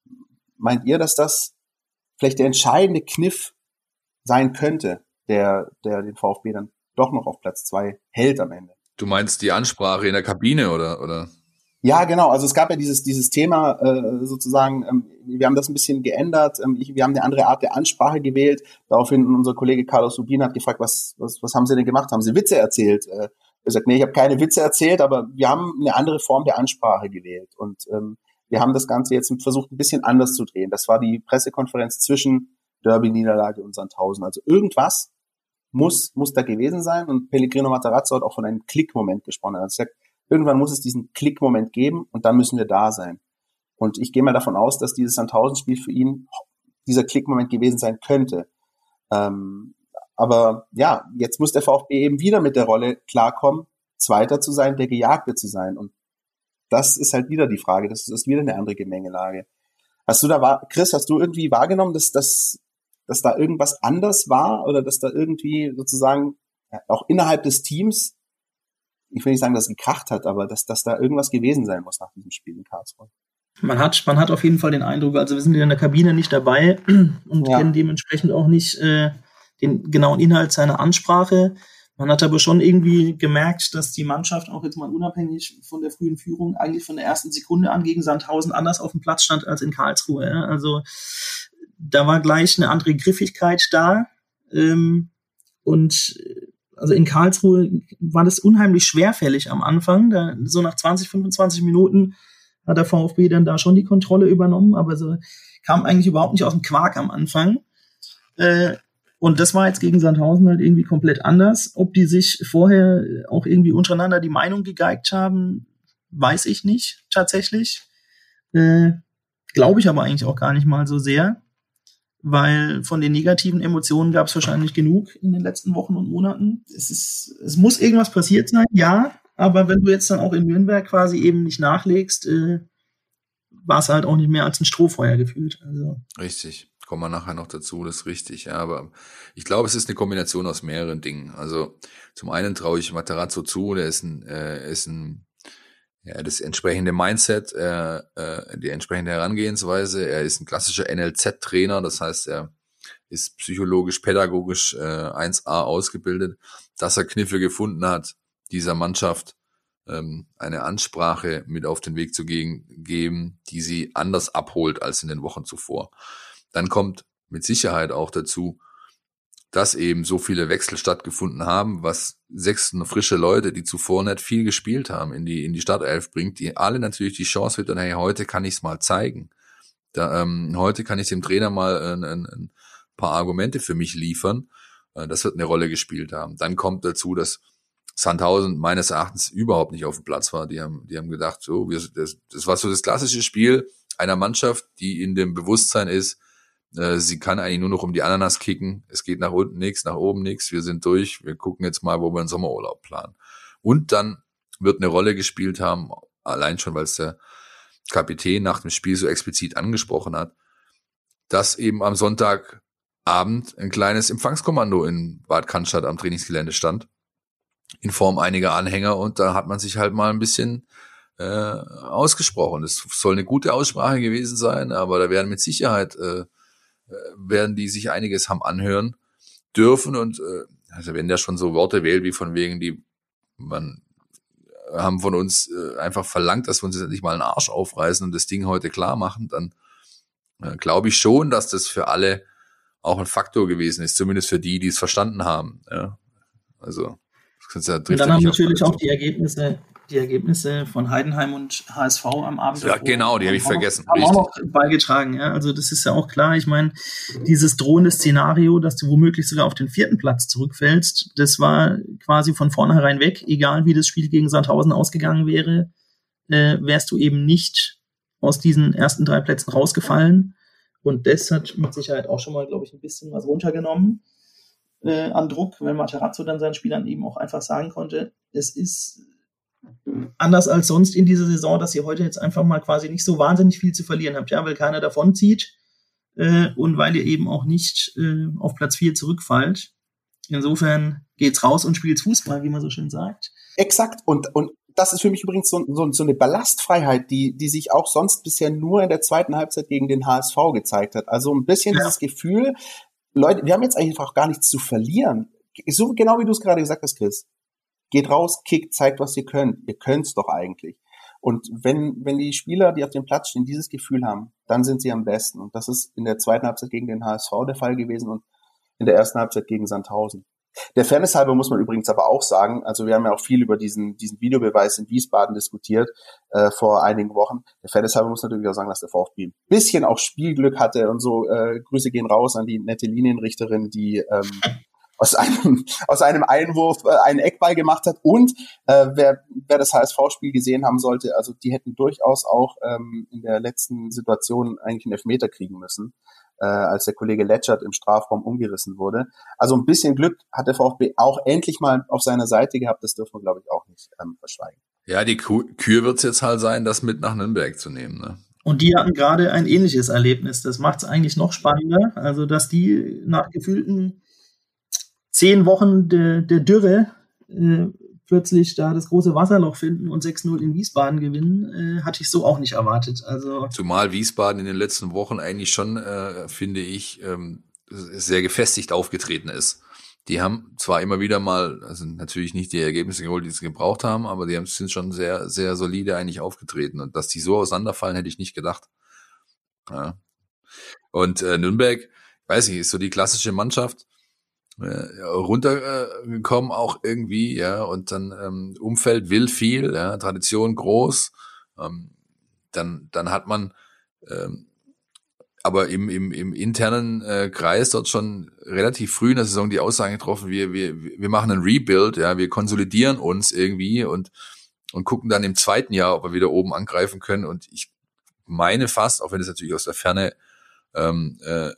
B: Meint ihr, dass das vielleicht der entscheidende Kniff sein könnte, der, der den VfB dann doch noch auf Platz zwei hält am Ende?
C: Du meinst die Ansprache in der Kabine, oder, oder?
B: Ja, genau. Also es gab ja dieses dieses Thema äh, sozusagen. Ähm, wir haben das ein bisschen geändert. Ähm, ich, wir haben eine andere Art der Ansprache gewählt. Daraufhin unser Kollege Carlos Subin hat gefragt, was was was haben Sie denn gemacht? Haben Sie Witze erzählt? Äh, er sagt, nee, ich habe keine Witze erzählt, aber wir haben eine andere Form der Ansprache gewählt und ähm, wir haben das Ganze jetzt versucht ein bisschen anders zu drehen. Das war die Pressekonferenz zwischen Derby-Niederlage und Sandhausen. Also irgendwas muss muss da gewesen sein und Pellegrino Matarazzo hat auch von einem Klickmoment gesprochen. Er hat gesagt, irgendwann muss es diesen Klickmoment geben und dann müssen wir da sein. Und ich gehe mal davon aus, dass dieses Sandhausen-Spiel für ihn dieser Klickmoment gewesen sein könnte. Ähm, aber ja, jetzt muss der VfB eben wieder mit der Rolle klarkommen, Zweiter zu sein, der Gejagte zu sein. Und das ist halt wieder die Frage. Das ist wieder eine andere Gemengelage. Hast du da, Chris, hast du irgendwie wahrgenommen, dass, dass, dass da irgendwas anders war oder dass da irgendwie sozusagen auch innerhalb des Teams, ich will nicht sagen, dass es gekracht hat, aber dass, dass da irgendwas gewesen sein muss nach diesem Spiel in Karlsruhe?
D: Man hat, man hat auf jeden Fall den Eindruck, also wir sind in der Kabine nicht dabei und ja. kennen dementsprechend auch nicht äh, den genauen Inhalt seiner Ansprache. Man hat aber schon irgendwie gemerkt, dass die Mannschaft auch jetzt mal unabhängig von der frühen Führung eigentlich von der ersten Sekunde an gegen Sandhausen anders auf dem Platz stand als in Karlsruhe. Ja? Also da war gleich eine andere Griffigkeit da ähm, und also in Karlsruhe war das unheimlich schwerfällig am Anfang. Da, so nach zwanzig, fünfundzwanzig Minuten hat der VfB dann da schon die Kontrolle übernommen, aber so kam eigentlich überhaupt nicht aus dem Quark am Anfang. Äh, und das war jetzt gegen Sandhausen halt irgendwie komplett anders. Ob die sich vorher auch irgendwie untereinander die Meinung gegeigt haben, weiß ich nicht tatsächlich. Äh, glaube ich aber eigentlich auch gar nicht mal so sehr, weil von den negativen Emotionen gab es wahrscheinlich genug in den letzten Wochen und Monaten. Es ist, es muss irgendwas passiert sein, ja, aber wenn du jetzt dann auch in Nürnberg quasi eben nicht nachlegst, äh, war es halt auch nicht mehr als ein Strohfeuer gefühlt. Also.
C: Richtig. Kommen wir nachher noch dazu, das ist richtig, ja, aber ich glaube, es ist eine Kombination aus mehreren Dingen. Also zum einen traue ich Matarazzo zu, der ist ein, äh, ist ein, ja, das entsprechende Mindset, äh, äh, die entsprechende Herangehensweise. Er ist ein klassischer N L Z-Trainer, das heißt, er ist psychologisch, pädagogisch äh, eins A ausgebildet, dass er Kniffe gefunden hat, dieser Mannschaft ähm, eine Ansprache mit auf den Weg zu gehen, geben, die sie anders abholt als in den Wochen zuvor. Dann kommt mit Sicherheit auch dazu, dass eben so viele Wechsel stattgefunden haben, was sechs frische Leute, die zuvor nicht viel gespielt haben, in die in die Startelf bringt, die alle natürlich die Chance wittern, hey, heute kann ich es mal zeigen. Da, ähm, heute kann ich dem Trainer mal ein, ein, ein paar Argumente für mich liefern. Äh, das wird eine Rolle gespielt haben. Dann kommt dazu, dass Sandhausen meines Erachtens überhaupt nicht auf dem Platz war. Die haben, die haben gedacht, so, wir, das, das war so das klassische Spiel einer Mannschaft, die in dem Bewusstsein ist, sie kann eigentlich nur noch um die Ananas kicken. Es geht nach unten nichts, nach oben nichts. Wir sind durch. Wir gucken jetzt mal, wo wir einen Sommerurlaub planen. Und dann wird eine Rolle gespielt haben, allein schon, weil es der Kapitän nach dem Spiel so explizit angesprochen hat, dass eben am Sonntagabend ein kleines Empfangskommando in Bad Cannstatt am Trainingsgelände stand, in Form einiger Anhänger. Und da hat man sich halt mal ein bisschen äh, ausgesprochen. Es soll eine gute Aussprache gewesen sein, aber da werden mit Sicherheit äh, werden die sich einiges haben anhören dürfen und äh, also wenn der schon so Worte wählt wie von wegen, die man haben von uns äh, einfach verlangt, dass wir uns jetzt endlich mal einen Arsch aufreißen und das Ding heute klar machen, dann äh, glaube ich schon, dass das für alle auch ein Faktor gewesen ist, zumindest für die, die es verstanden haben. Ja? Also das ja,
D: und dann haben natürlich auch die Ergebnisse die Ergebnisse von Heidenheim und H S V am Abend.
C: Ja, genau, die habe ich vergessen.
D: Haben auch noch beigetragen, ja. Also das ist ja auch klar. Ich meine, dieses drohende Szenario, dass du womöglich sogar auf den vierten Platz zurückfällst, das war quasi von vornherein weg. Egal wie das Spiel gegen Sandhausen ausgegangen wäre, äh, wärst du eben nicht aus diesen ersten drei Plätzen rausgefallen. Und das hat mit Sicherheit auch schon mal, glaube ich, ein bisschen was runtergenommen äh, an Druck, wenn Matarazzo dann seinen Spielern eben auch einfach sagen konnte, es ist anders als sonst in dieser Saison, dass ihr heute jetzt einfach mal quasi nicht so wahnsinnig viel zu verlieren habt, ja, weil keiner davonzieht äh, und weil ihr eben auch nicht äh, auf Platz vier zurückfallt. Insofern geht's raus und spielt's Fußball, wie man so schön sagt.
B: Exakt. Und, und das ist für mich übrigens so, so, so eine Ballastfreiheit, die, die sich auch sonst bisher nur in der zweiten Halbzeit gegen den H S V gezeigt hat. Also ein bisschen ja. Dieses Gefühl, Leute, wir haben jetzt eigentlich einfach gar nichts zu verlieren. So genau wie du es gerade gesagt hast, Chris. Geht raus, kickt, zeigt, was ihr könnt. Ihr könnt's doch eigentlich. Und wenn wenn die Spieler, die auf dem Platz stehen, dieses Gefühl haben, dann sind sie am besten. Und das ist in der zweiten Halbzeit gegen den H S V der Fall gewesen und in der ersten Halbzeit gegen Sandhausen. Der Fairness halber muss man übrigens aber auch sagen, also wir haben ja auch viel über diesen diesen Videobeweis in Wiesbaden diskutiert äh, vor einigen Wochen. Der Fairness halber muss natürlich auch sagen, dass der VfB ein bisschen auch Spielglück hatte und so. Äh, Grüße gehen raus an die nette Linienrichterin, die ähm, aus einem aus einem Einwurf äh, einen Eckball gemacht hat. Und äh, wer wer das H S V-Spiel gesehen haben sollte, also die hätten durchaus auch ähm, in der letzten Situation eigentlich einen Elfmeter kriegen müssen, äh, als der Kollege Letschert im Strafraum umgerissen wurde. Also ein bisschen Glück hat der VfB auch endlich mal auf seiner Seite gehabt. Das dürfen wir, glaube ich, auch nicht ähm, verschweigen.
C: Ja, die Kür wird's jetzt halt sein, das mit nach Nürnberg zu nehmen, ne?
D: Und die hatten gerade ein ähnliches Erlebnis. Das macht's eigentlich noch spannender. Also, dass die nach gefühlten zehn Wochen der, der Dürre äh, plötzlich da das große Wasserloch finden und sechs null in Wiesbaden gewinnen, äh, hatte ich so auch nicht erwartet. Also
C: zumal Wiesbaden in den letzten Wochen eigentlich schon, äh, finde ich, ähm, sehr gefestigt aufgetreten ist. Die haben zwar immer wieder mal, also natürlich nicht die Ergebnisse geholt, die sie gebraucht haben, aber die sind schon sehr, sehr solide eigentlich aufgetreten. Und dass die so auseinanderfallen, hätte ich nicht gedacht. Ja. Und äh, Nürnberg, weiß ich, ist so die klassische Mannschaft, äh, runtergekommen äh, auch irgendwie, ja, und dann ähm, Umfeld will viel, ja, Tradition groß. Ähm, dann, dann hat man ähm, aber im, im, im internen äh, Kreis dort schon relativ früh in der Saison die Aussage getroffen, wir, wir, wir machen einen Rebuild, ja, wir konsolidieren uns irgendwie und, und gucken dann im zweiten Jahr, ob wir wieder oben angreifen können. Und ich meine fast, auch wenn es natürlich aus der Ferne ähm, äh,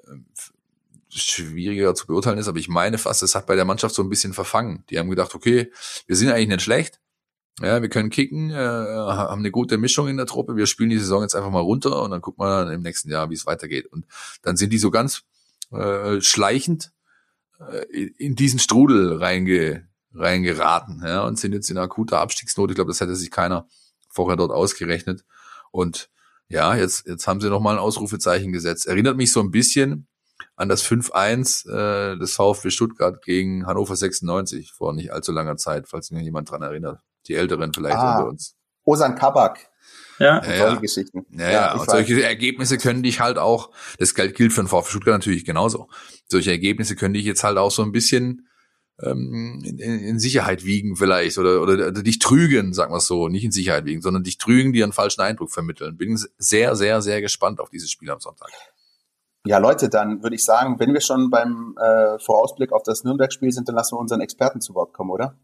C: schwieriger zu beurteilen ist, aber ich meine fast, es hat bei der Mannschaft so ein bisschen verfangen. Die haben gedacht, okay, wir sind eigentlich nicht schlecht, ja, wir können kicken, äh, haben eine gute Mischung in der Truppe, wir spielen die Saison jetzt einfach mal runter und dann gucken wir dann im nächsten Jahr, wie es weitergeht. Und dann sind die so ganz äh, schleichend äh, in diesen Strudel reinge, reingeraten, ja, und sind jetzt in akuter Abstiegsnot. Ich glaube, das hätte sich keiner vorher dort ausgerechnet. Und ja, jetzt jetzt haben sie nochmal ein Ausrufezeichen gesetzt. Erinnert mich so ein bisschen an das fünf eins äh, des VfB Stuttgart gegen Hannover sechsundneunzig vor nicht allzu langer Zeit, falls sich noch jemand dran erinnert. Die Älteren vielleicht ah, unter uns.
B: Ozan Kabak.
D: Ja,
C: ja,
B: solche
C: ja.
B: Geschichten.
C: Ja, ja, ja. Und solche Ergebnisse können dich halt auch, das gilt für den VfB Stuttgart natürlich genauso. Solche Ergebnisse können dich jetzt halt auch so ein bisschen ähm, in, in Sicherheit wiegen vielleicht oder, oder, oder dich trügen, sagen wir es so, nicht in Sicherheit wiegen, sondern dich trügen, die einen falschen Eindruck vermitteln. Bin sehr, sehr, sehr gespannt auf dieses Spiel am Sonntag.
B: Ja, Leute, dann würde ich sagen, wenn wir schon beim äh, Vorausblick auf das Nürnberg-Spiel sind, dann lassen wir unseren Experten zu Wort kommen, oder?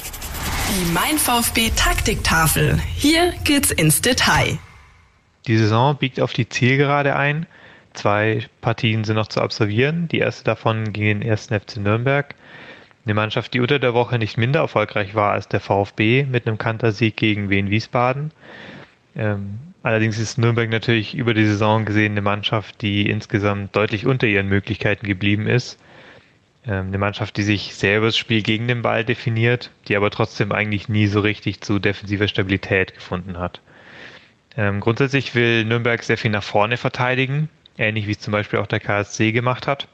A: Die Mein VfB Taktiktafel. Hier geht's ins Detail.
F: Die Saison biegt auf die Zielgerade ein. Zwei Partien sind noch zu absolvieren. Die erste davon gegen den ersten F C Nürnberg. Eine Mannschaft, die unter der Woche nicht minder erfolgreich war als der VfB mit einem Kantersieg gegen Wien Wiesbaden. Ähm, allerdings ist Nürnberg natürlich über die Saison gesehen eine Mannschaft, die insgesamt deutlich unter ihren Möglichkeiten geblieben ist. Eine Mannschaft, die sich sehr über das Spiel gegen den Ball definiert, die aber trotzdem eigentlich nie so richtig zu defensiver Stabilität gefunden hat. Ähm, grundsätzlich will Nürnberg sehr viel nach vorne verteidigen, ähnlich wie es zum Beispiel auch der K S C gemacht hat.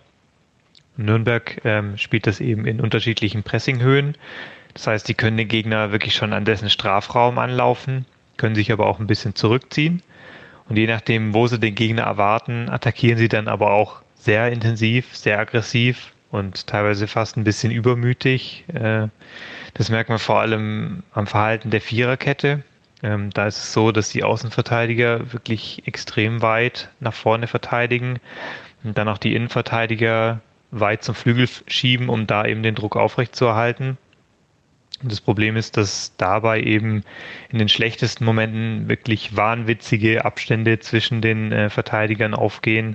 F: Nürnberg ähm, spielt das eben in unterschiedlichen Pressinghöhen. Das heißt, die können den Gegner wirklich schon an dessen Strafraum anlaufen, können sich aber auch ein bisschen zurückziehen. Und je nachdem, wo sie den Gegner erwarten, attackieren sie dann aber auch sehr intensiv, sehr aggressiv und teilweise fast ein bisschen übermütig. Das merkt man vor allem am Verhalten der Viererkette. Da ist es so, dass die Außenverteidiger wirklich extrem weit nach vorne verteidigen und dann auch die Innenverteidiger weit zum Flügel schieben, um da eben den Druck aufrechtzuerhalten. Und das Problem ist, dass dabei eben in den schlechtesten Momenten wirklich wahnwitzige Abstände zwischen den Verteidigern aufgehen.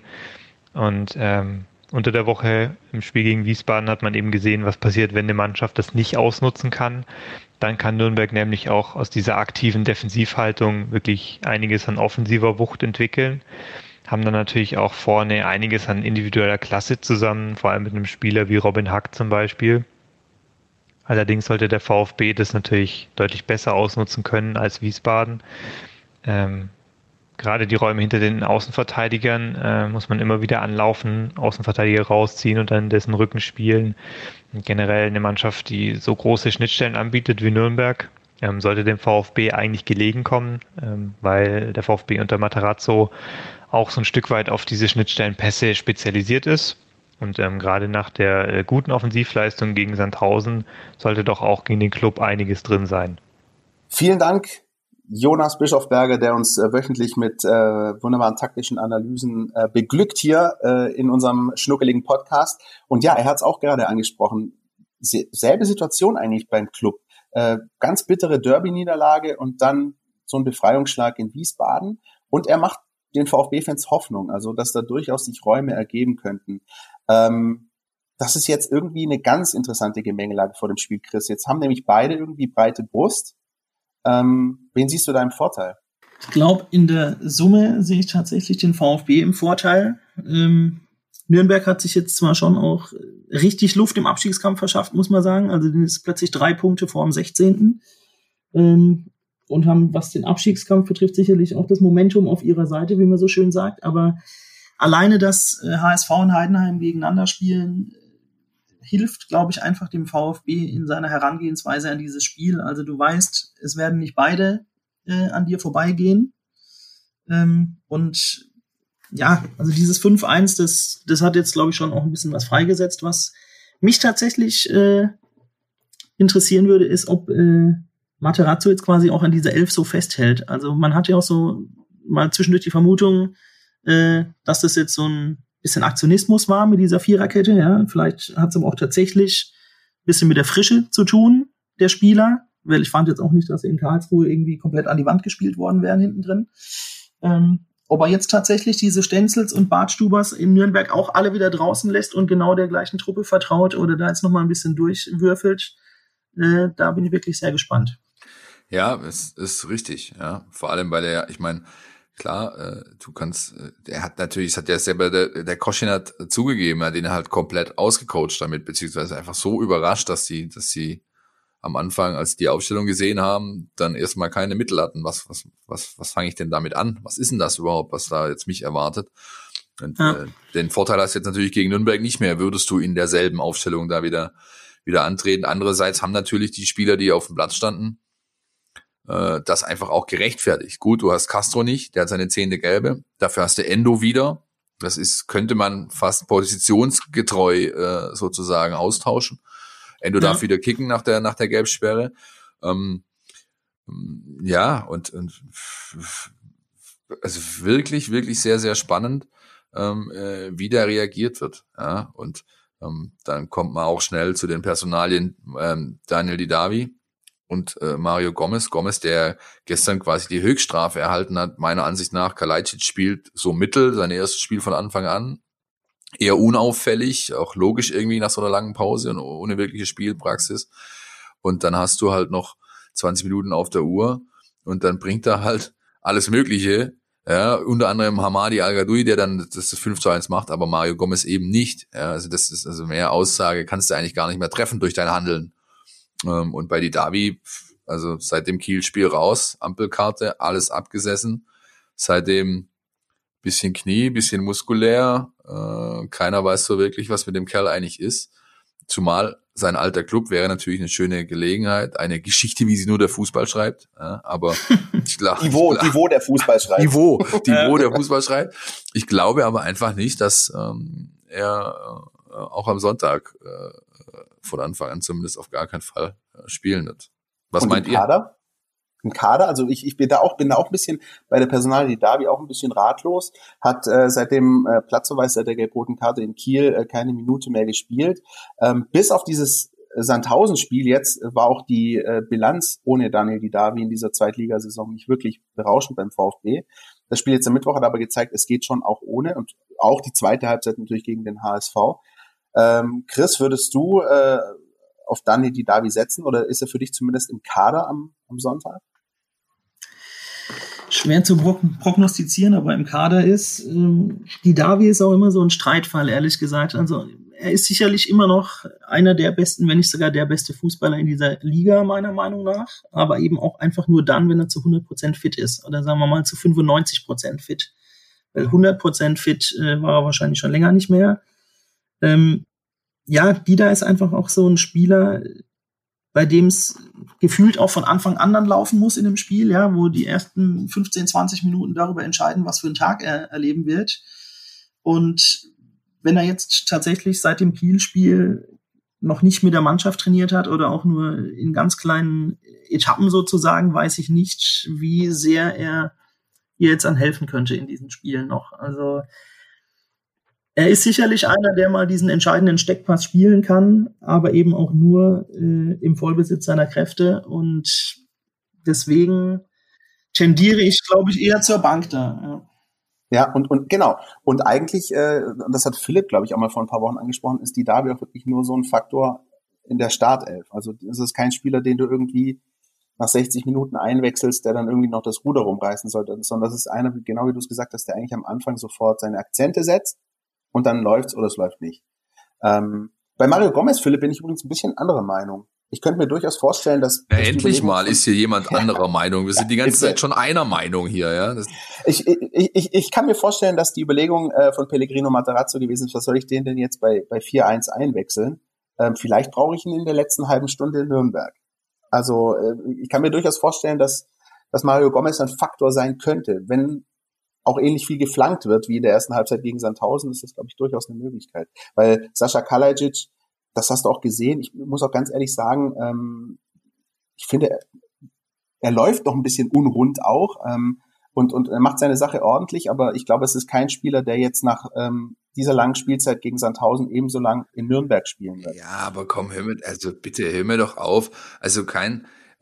F: Und ähm, unter der Woche im Spiel gegen Wiesbaden hat man eben gesehen, was passiert, wenn eine Mannschaft das nicht ausnutzen kann. Dann kann Nürnberg nämlich auch aus dieser aktiven Defensivhaltung wirklich einiges an offensiver Wucht entwickeln. Haben dann natürlich auch vorne einiges an individueller Klasse zusammen, vor allem mit einem Spieler wie Robin Hack zum Beispiel. Allerdings sollte der VfB das natürlich deutlich besser ausnutzen können als Wiesbaden. Ähm, Gerade die Räume hinter den Außenverteidigern äh, muss man immer wieder anlaufen, Außenverteidiger rausziehen und dann dessen Rücken spielen. Und generell eine Mannschaft, die so große Schnittstellen anbietet wie Nürnberg, ähm, sollte dem VfB eigentlich gelegen kommen, ähm, weil der VfB unter Matarazzo auch so ein Stück weit auf diese Schnittstellenpässe spezialisiert ist. Und ähm, gerade nach der äh, guten Offensivleistung gegen Sandhausen sollte doch auch gegen den Club einiges drin sein.
B: Vielen Dank, Jonas Bischofberger, der uns äh, wöchentlich mit äh, wunderbaren taktischen Analysen äh, beglückt hier äh, in unserem schnuckeligen Podcast. Und ja, er hat es auch gerade angesprochen. Se- selbe Situation eigentlich beim Club. Äh, ganz bittere Derby-Niederlage und dann so ein Befreiungsschlag in Wiesbaden. Und er macht den VfB-Fans Hoffnung, also dass da durchaus sich Räume ergeben könnten. Ähm, das ist jetzt irgendwie eine ganz interessante Gemengelage vor dem Spiel, Chris. Jetzt haben nämlich beide irgendwie breite Brust. Ähm, wen siehst du da im Vorteil?
D: Ich glaube, in der Summe sehe ich tatsächlich den VfB im Vorteil. Ähm, Nürnberg hat sich jetzt zwar schon auch richtig Luft im Abstiegskampf verschafft, muss man sagen. Also denen ist plötzlich drei Punkte vor dem sechzehnten Ähm, und haben, was den Abstiegskampf betrifft, sicherlich auch das Momentum auf ihrer Seite, wie man so schön sagt. Aber alleine, dass H S V und Heidenheim gegeneinander spielen, hilft, glaube ich, einfach dem VfB in seiner Herangehensweise an dieses Spiel. Also du weißt, es werden nicht beide äh, an dir vorbeigehen. Ähm, und ja, also dieses fünf eins, das, das hat jetzt, glaube ich, schon auch ein bisschen was freigesetzt. Was mich tatsächlich äh, interessieren würde, ist, ob äh, Matarazzo jetzt quasi auch an dieser Elf so festhält. Also man hat ja auch so mal zwischendurch die Vermutung, äh, dass das jetzt so ein bisschen Aktionismus war mit dieser Viererkette. Ja, vielleicht hat es aber auch tatsächlich ein bisschen mit der Frische zu tun, der Spieler. Weil ich fand jetzt auch nicht, dass sie in Karlsruhe irgendwie komplett an die Wand gespielt worden wären hinten drin. Ähm, ob er jetzt tatsächlich diese Stenzels und Bartstubers in Nürnberg auch alle wieder draußen lässt und genau der gleichen Truppe vertraut oder da jetzt noch mal ein bisschen durchwürfelt, äh, da bin ich wirklich sehr gespannt.
C: Ja, es ist richtig, ja. Vor allem, weil er, ich meine, klar, äh, du kannst, äh, er hat natürlich, das hat ja selber, der, der Koschin hat zugegeben, er hat ihn halt komplett ausgecoacht damit, beziehungsweise einfach so überrascht, dass sie, dass sie am Anfang, als sie die Aufstellung gesehen haben, dann erstmal keine Mittel hatten. Was, was, was, was fange ich denn damit an? Was ist denn das überhaupt, was da jetzt mich erwartet? Und ja. äh, den Vorteil hast du jetzt natürlich gegen Nürnberg nicht mehr, würdest du in derselben Aufstellung da wieder, wieder antreten. Andererseits haben natürlich die Spieler, die auf dem Platz standen, äh, das einfach auch gerechtfertigt. Gut, du hast Castro nicht, der hat seine zehnte Gelbe. Dafür hast du Endo wieder. Das ist, könnte man fast positionsgetreu äh, sozusagen austauschen. Endo ja. darf wieder kicken nach der nach der Gelbsperre. Ähm, ja, und, und also wirklich, wirklich sehr, sehr spannend, ähm, äh, wie da reagiert wird. Ja, und ähm, dann kommt man auch schnell zu den Personalien ähm, Daniel Didavi und äh, Mario Gomez. Gomez, der gestern quasi die Höchststrafe erhalten hat, meiner Ansicht nach. Kalajdzic spielt so mittel, sein erstes Spiel von Anfang an. Eher unauffällig, auch logisch irgendwie nach so einer langen Pause und ohne wirkliche Spielpraxis. Und dann hast du halt noch zwanzig Minuten auf der Uhr und dann bringt er halt alles Mögliche. Ja, unter anderem Hamadi Al-Gadoui, der dann das, das fünf zu eins macht, aber Mario Gomez eben nicht. Ja, also das ist also mehr Aussage, kannst du eigentlich gar nicht mehr treffen durch dein Handeln. Und bei Didavi, also seit dem Kiel-Spiel raus, Ampelkarte, alles abgesessen. Seitdem bisschen Knie, bisschen muskulär. Äh, keiner weiß so wirklich, was mit dem Kerl eigentlich ist. Zumal sein alter Club wäre natürlich eine schöne Gelegenheit, eine Geschichte, wie sie nur der Fußball schreibt. Ja, aber ich glaube,
B: Niveau, Niveau der Fußball schreibt.
C: Niveau, Niveau der Fußball schreibt. Ich glaube aber einfach nicht, dass ähm, er äh, auch am Sonntag äh, von Anfang an zumindest auf gar keinen Fall äh, spielen wird. Was
B: Und
C: meint
B: im
C: ihr?
B: Kader? Im Kader, also ich, ich bin da auch bin da auch ein bisschen bei der Personalie Didavi auch ein bisschen ratlos, hat äh, seit dem äh, Platzverweis seit der gelb-roten Karte in Kiel äh, keine Minute mehr gespielt. Ähm, bis auf dieses Sandhausen-Spiel jetzt äh, war auch die äh, Bilanz ohne Daniel Didavi in dieser Zweitligasaison nicht wirklich berauschend beim VfB. Das Spiel jetzt am Mittwoch hat aber gezeigt, es geht schon auch ohne und auch die zweite Halbzeit natürlich gegen den H S V. Ähm, Chris, würdest du äh, auf Daniel Didavi setzen oder ist er für dich zumindest im Kader am, am Sonntag?
D: Schwer zu prognostizieren, aber im Kader ist, ähm, Didavi ist auch immer so ein Streitfall, ehrlich gesagt. Also er ist sicherlich immer noch einer der besten, wenn nicht sogar der beste Fußballer in dieser Liga, meiner Meinung nach. Aber eben auch einfach nur dann, wenn er zu hundert Prozent fit ist. Oder sagen wir mal zu fünfundneunzig Prozent fit. Weil hundert Prozent fit äh, war er wahrscheinlich schon länger nicht mehr. Ähm, ja, Dida ist einfach auch so ein Spieler, bei dem es gefühlt auch von Anfang an dann laufen muss in dem Spiel, ja, wo die ersten fünfzehn, zwanzig Minuten darüber entscheiden, was für einen Tag er erleben wird. Und wenn er jetzt tatsächlich seit dem Kiel-Spiel noch nicht mit der Mannschaft trainiert hat oder auch nur in ganz kleinen Etappen sozusagen, weiß ich nicht, wie sehr er ihr jetzt an helfen könnte in diesen Spielen noch. Also er ist sicherlich einer, der mal diesen entscheidenden Steckpass spielen kann, aber eben auch nur äh, im Vollbesitz seiner Kräfte. Und deswegen tendiere ich, glaube ich, eher zur Bank da. Ja,
B: ja und, und genau. Und eigentlich, äh, das hat Philipp, glaube ich, auch mal vor ein paar Wochen angesprochen, ist Didavi auch wirklich nur so ein Faktor in der Startelf. Also es ist kein Spieler, den du irgendwie nach sechzig Minuten einwechselst, der dann irgendwie noch das Ruder rumreißen sollte, sondern das ist einer, genau wie du es gesagt hast, der eigentlich am Anfang sofort seine Akzente setzt. Und dann läuft's oder es läuft nicht. Ähm, bei Mario Gomez, Philipp, bin ich übrigens ein bisschen anderer Meinung. Ich könnte mir durchaus vorstellen, dass...
C: Ja,
B: dass
C: endlich mal ist hier jemand anderer Meinung. Wir sind die ganze Zeit schon einer Meinung hier. Ja. Das
B: ich, ich, ich, ich kann mir vorstellen, dass die Überlegung äh, von Pellegrino Matarazzo gewesen ist, was soll ich den denn jetzt bei, bei vier eins einwechseln? Ähm, vielleicht brauche ich ihn in der letzten halben Stunde in Nürnberg. Also äh, ich kann mir durchaus vorstellen, dass, dass Mario Gomez ein Faktor sein könnte, wenn auch ähnlich viel geflankt wird wie in der ersten Halbzeit gegen Sandhausen, ist das, glaube ich, durchaus eine Möglichkeit. Weil Sascha Kalajdzic, das hast du auch gesehen, ich muss auch ganz ehrlich sagen, ähm, ich finde, er, er läuft noch ein bisschen unrund auch ähm, und, und er macht seine Sache ordentlich, aber ich glaube, es ist kein Spieler, der jetzt nach ähm, dieser langen Spielzeit gegen Sandhausen ebenso lang in Nürnberg spielen wird.
C: Ja, aber komm, hör mir, also bitte, hör mir doch auf. Also kein...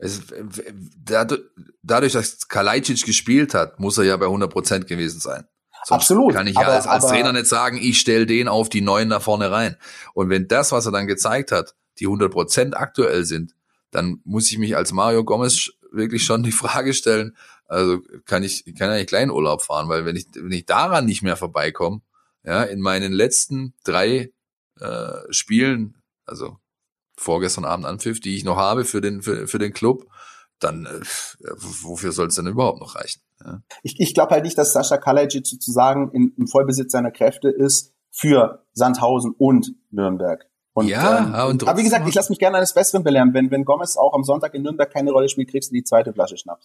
C: Es, dadurch, dass Kalajdzic gespielt hat, muss er ja bei hundert Prozent gewesen sein. Sonst
B: Absolut.
C: Kann ich ja
B: aber,
C: als, als
B: aber,
C: Trainer nicht sagen, ich stelle den auf die Neuen da vorne rein. Und wenn das, was er dann gezeigt hat, die hundert Prozent aktuell sind, dann muss ich mich als Mario Gomez wirklich schon die Frage stellen, also kann ich, kann ja nicht kleinen Urlaub fahren, weil wenn ich, wenn ich daran nicht mehr vorbeikomme, ja, in meinen letzten drei äh, Spielen, also vorgestern Abend Anpfiff, die ich noch habe für den, für, für den Club, dann äh, wofür soll es denn überhaupt noch reichen? Ja.
B: Ich, ich glaube halt nicht, dass Sascha Kalajdzic sozusagen in, im Vollbesitz seiner Kräfte ist für Sandhausen und Nürnberg. Und,
C: ja,
B: ähm,
C: und
B: aber wie gesagt, ich lasse mich gerne eines Besseren belehren. Wenn, wenn Gomez auch am Sonntag in Nürnberg keine Rolle spielt, kriegst du die zweite Flasche Schnaps.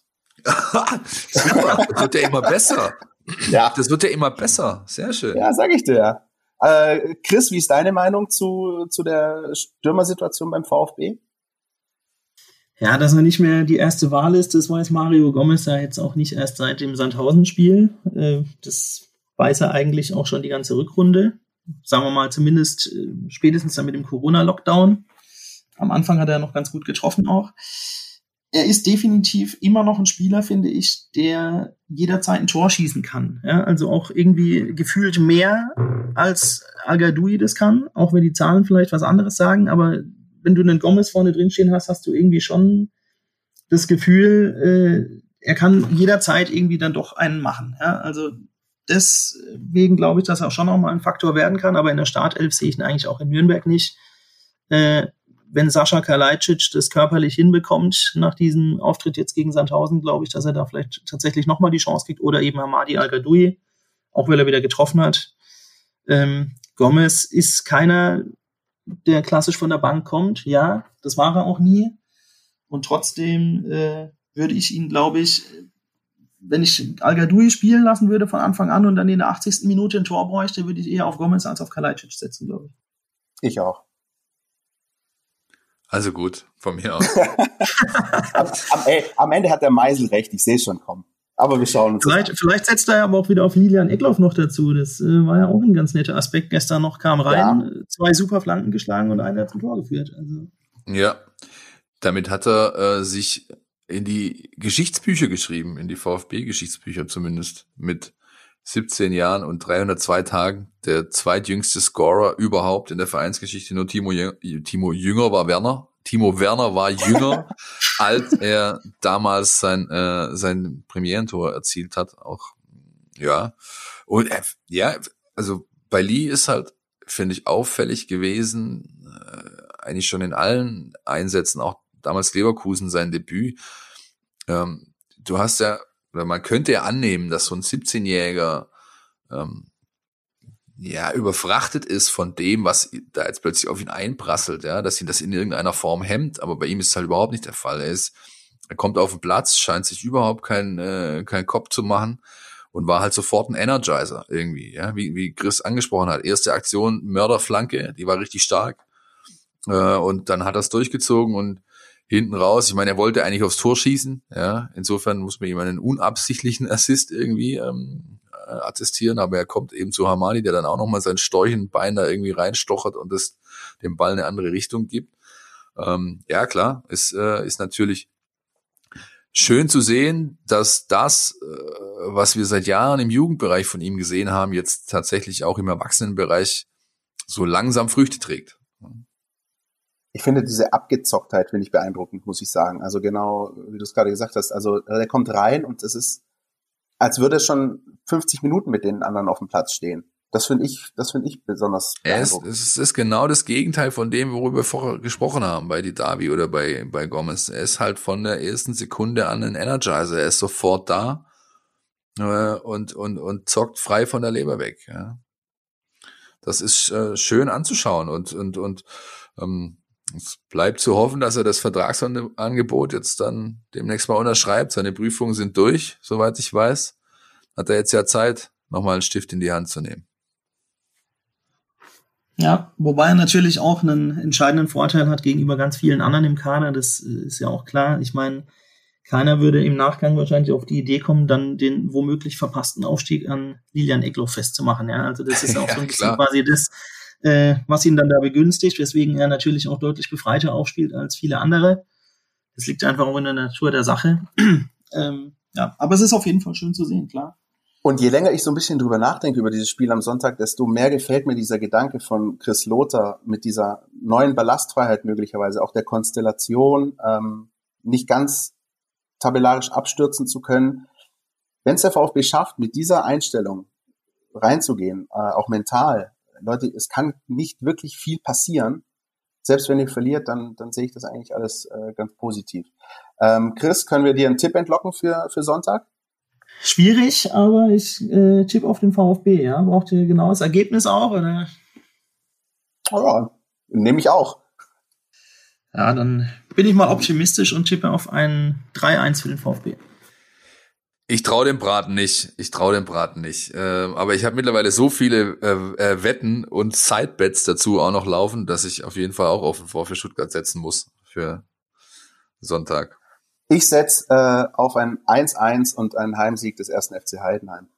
C: Super, das wird ja immer besser.
B: Ja.
C: Das wird ja immer besser. Sehr schön.
B: Ja, sag ich dir. Äh, Chris, wie ist deine Meinung zu, zu der Stürmersituation beim VfB?
D: Ja, dass er nicht mehr die erste Wahl ist, das weiß Mario Gomez ja jetzt auch nicht erst seit dem Sandhausen-Spiel. Äh, das weiß er eigentlich auch schon die ganze Rückrunde. Sagen wir mal zumindest äh, spätestens dann mit dem Corona-Lockdown. Am Anfang hat er noch ganz gut getroffen auch. Er ist definitiv immer noch ein Spieler, finde ich, der jederzeit ein Tor schießen kann. Ja, also auch irgendwie gefühlt mehr als Al-Gadoui das kann, auch wenn die Zahlen vielleicht was anderes sagen, aber wenn du einen Gomez vorne drin stehen hast, hast du irgendwie schon das Gefühl, äh, er kann jederzeit irgendwie dann doch einen machen. Ja? Also deswegen glaube ich, dass er auch schon noch mal ein Faktor werden kann, aber in der Startelf sehe ich ihn eigentlich auch in Nürnberg nicht. Äh, wenn Sascha Kalajdzic das körperlich hinbekommt, nach diesem Auftritt jetzt gegen Sandhausen, glaube ich, dass er da vielleicht tatsächlich noch mal die Chance kriegt, oder eben Hamadi Al-Gadoui, auch weil er wieder getroffen hat. Ähm, Gomez ist keiner, der klassisch von der Bank kommt, ja, das war er auch nie. Und trotzdem äh, würde ich ihn, glaube ich, wenn ich Al-Gadoui spielen lassen würde von Anfang an und dann in der achtzigsten Minute ein Tor bräuchte, würde ich eher auf Gomez als auf Kalajdzic setzen, glaube ich.
B: Ich auch.
C: Also gut, von mir aus.
B: am, am, ey, am Ende hat der Meisel recht, ich sehe es schon kommen. Aber wir schauen uns
D: vielleicht, das vielleicht setzt er aber auch wieder auf Lilian Eckloff noch dazu. Das äh, war ja auch ein ganz netter Aspekt. Gestern noch kam rein, ja. zwei super Flanken geschlagen und einer zum Tor geführt. Also.
C: Ja, damit hat er äh, sich in die Geschichtsbücher geschrieben, in die VfB-Geschichtsbücher zumindest, mit siebzehn Jahren und dreihundertzwei Tagen. Der zweitjüngste Scorer überhaupt in der Vereinsgeschichte. Nur Timo, Jüng- Timo Jünger war Werner. Timo Werner war jünger, als er damals sein äh, sein Premierentor erzielt hat. Auch ja und äh, ja, also bei Lee ist halt, finde ich, auffällig gewesen, äh, eigentlich schon in allen Einsätzen, auch damals Leverkusen sein Debüt. Ähm, du hast ja, oder man könnte ja annehmen, dass so ein siebzehnjähriger ähm, ja, überfrachtet ist von dem, was da jetzt plötzlich auf ihn einprasselt, ja, dass ihn das in irgendeiner Form hemmt, aber bei ihm ist es halt überhaupt nicht der Fall. Er ist, er kommt auf den Platz, scheint sich überhaupt keinen äh, keinen Kopf zu machen und war halt sofort ein Energizer irgendwie, ja, wie wie Chris angesprochen hat. Erste Aktion, Mörderflanke, die war richtig stark, äh, und dann hat er es durchgezogen und hinten raus, ich meine, er wollte eigentlich aufs Tor schießen, ja, insofern muss man ihm einen unabsichtlichen Assist irgendwie ähm, attestieren, aber er kommt eben zu Hamadi, der dann auch nochmal sein Storchenbein da irgendwie reinstochert und es dem Ball eine andere Richtung gibt. Ähm, ja, klar, ist, äh, ist natürlich schön zu sehen, dass das, äh, was wir seit Jahren im Jugendbereich von ihm gesehen haben, jetzt tatsächlich auch im Erwachsenenbereich so langsam Früchte trägt.
B: Ich finde diese Abgezocktheit finde ich beeindruckend, muss ich sagen. Also genau, wie du es gerade gesagt hast, also der kommt rein und es ist, als würde er schon fünfzig Minuten mit den anderen auf dem Platz stehen. Das finde ich, das finde ich besonders beeindruckend.
C: Es ist, es ist genau das Gegenteil von dem, worüber wir vorher gesprochen haben bei Didavi oder bei, bei Gomez. Er ist halt von der ersten Sekunde an ein Energizer. Er ist sofort da äh, und, und, und zockt frei von der Leber weg. Ja. Das ist äh, schön anzuschauen und, und, und ähm, es bleibt zu hoffen, dass er das Vertragsangebot jetzt dann demnächst mal unterschreibt. Seine Prüfungen sind durch, soweit ich weiß. Hat er jetzt ja Zeit, nochmal einen Stift in die Hand zu nehmen.
D: Ja, wobei er natürlich auch einen entscheidenden Vorteil hat gegenüber ganz vielen anderen im Kader. Das ist ja auch klar. Ich meine, keiner würde im Nachgang wahrscheinlich auf die Idee kommen, dann den womöglich verpassten Aufstieg an Lilian Eckloff festzumachen. Ja, also das ist auch
C: ja,
D: so ein bisschen
C: klar.
D: quasi das, äh, was ihn dann da begünstigt, weswegen er natürlich auch deutlich befreiter aufspielt als viele andere. Das liegt einfach auch in der Natur der Sache. ähm, ja, aber es ist auf jeden Fall schön zu sehen, klar.
B: Und je länger ich so ein bisschen drüber nachdenke über dieses Spiel am Sonntag, desto mehr gefällt mir dieser Gedanke von Chris Lothar mit dieser neuen Ballastfreiheit möglicherweise, auch der Konstellation, ähm, nicht ganz tabellarisch abstürzen zu können. Wenn es der VfB schafft, mit dieser Einstellung reinzugehen, äh, auch mental, Leute, es kann nicht wirklich viel passieren. Selbst wenn ihr verliert, dann, dann sehe ich das eigentlich alles äh, ganz positiv. Ähm, Chris, können wir dir einen Tipp entlocken für, für Sonntag?
D: Schwierig, aber ich äh, tippe auf den VfB, ja. Braucht ihr genau das Ergebnis auch, oder?
B: Oh ja, nehme ich auch.
D: Ja, dann bin ich mal optimistisch und tippe auf ein drei eins für den VfB.
C: Ich traue dem Braten nicht. Ich traue dem Braten nicht. Äh, aber ich habe mittlerweile so viele äh, äh, Wetten und Sidebets dazu auch noch laufen, dass ich auf jeden Fall auch auf den VfB Stuttgart setzen muss für Sonntag.
B: Ich setze äh, auf ein eins eins und einen Heimsieg des ersten F C Heidenheim.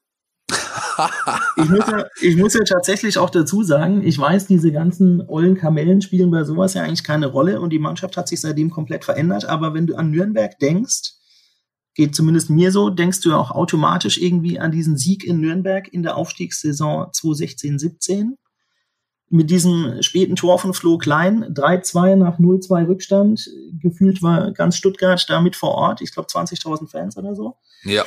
D: ich, muss ja, ich muss ja tatsächlich auch dazu sagen, ich weiß, diese ganzen ollen Kamellen spielen bei sowas ja eigentlich keine Rolle und die Mannschaft hat sich seitdem komplett verändert. Aber wenn du an Nürnberg denkst, geht zumindest mir so, denkst du ja auch automatisch irgendwie an diesen Sieg in Nürnberg in der Aufstiegssaison zwanzig sechzehn siebzehn. Mit diesem späten Tor von Flo Klein, drei zwei nach null zwei Rückstand. Gefühlt war ganz Stuttgart da mit vor Ort. Ich glaube zwanzigtausend Fans oder so.
C: Ja.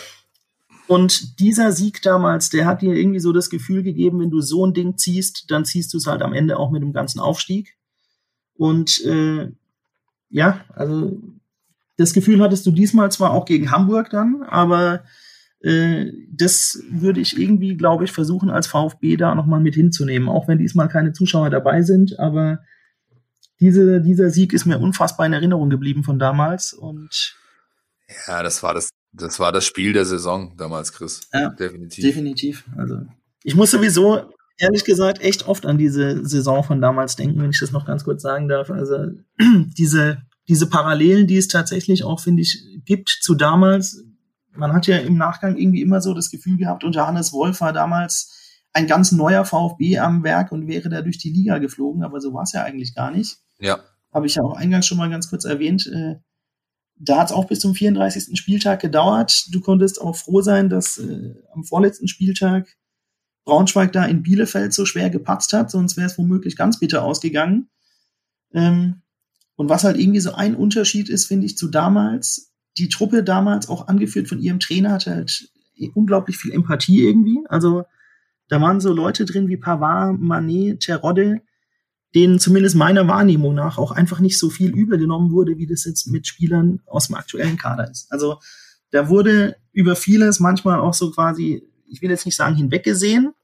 D: Und dieser Sieg damals, der hat dir irgendwie so das Gefühl gegeben, wenn du so ein Ding ziehst, dann ziehst du es halt am Ende auch mit dem ganzen Aufstieg. Und äh, ja, also das Gefühl hattest du diesmal zwar auch gegen Hamburg dann, aber äh, das würde ich irgendwie, glaube ich, versuchen als VfB da nochmal mit hinzunehmen, auch wenn diesmal keine Zuschauer dabei sind, aber diese, dieser Sieg ist mir unfassbar in Erinnerung geblieben von damals und
C: ja, das war das, das war das Spiel der Saison damals, Chris.
D: Ja,
C: definitiv.
D: Definitiv. Also ich muss sowieso, ehrlich gesagt, echt oft an diese Saison von damals denken, wenn ich das noch ganz kurz sagen darf. Also diese diese Parallelen, die es tatsächlich auch, finde ich, gibt zu damals. Man hat ja im Nachgang irgendwie immer so das Gefühl gehabt, unter Hannes Wolf war damals ein ganz neuer VfB am Werk und wäre da durch die Liga geflogen, aber so war es ja eigentlich gar nicht.
C: Ja.
D: Habe ich ja auch eingangs schon mal ganz kurz erwähnt. Äh, da hat es auch bis zum vierunddreißigsten Spieltag gedauert. Du konntest auch froh sein, dass äh, am vorletzten Spieltag Braunschweig da in Bielefeld so schwer gepatzt hat, sonst wäre es womöglich ganz bitter ausgegangen. Ähm, Und was halt irgendwie so ein Unterschied ist, finde ich, zu damals, die Truppe damals, auch angeführt von ihrem Trainer, hatte halt unglaublich viel Empathie irgendwie. Also da waren so Leute drin wie Pavard, Mané, Terodde, denen zumindest meiner Wahrnehmung nach auch einfach nicht so viel übel genommen wurde, wie das jetzt mit Spielern aus dem aktuellen Kader ist. Also da wurde über vieles manchmal auch so quasi, ich will jetzt nicht sagen hinweggesehen,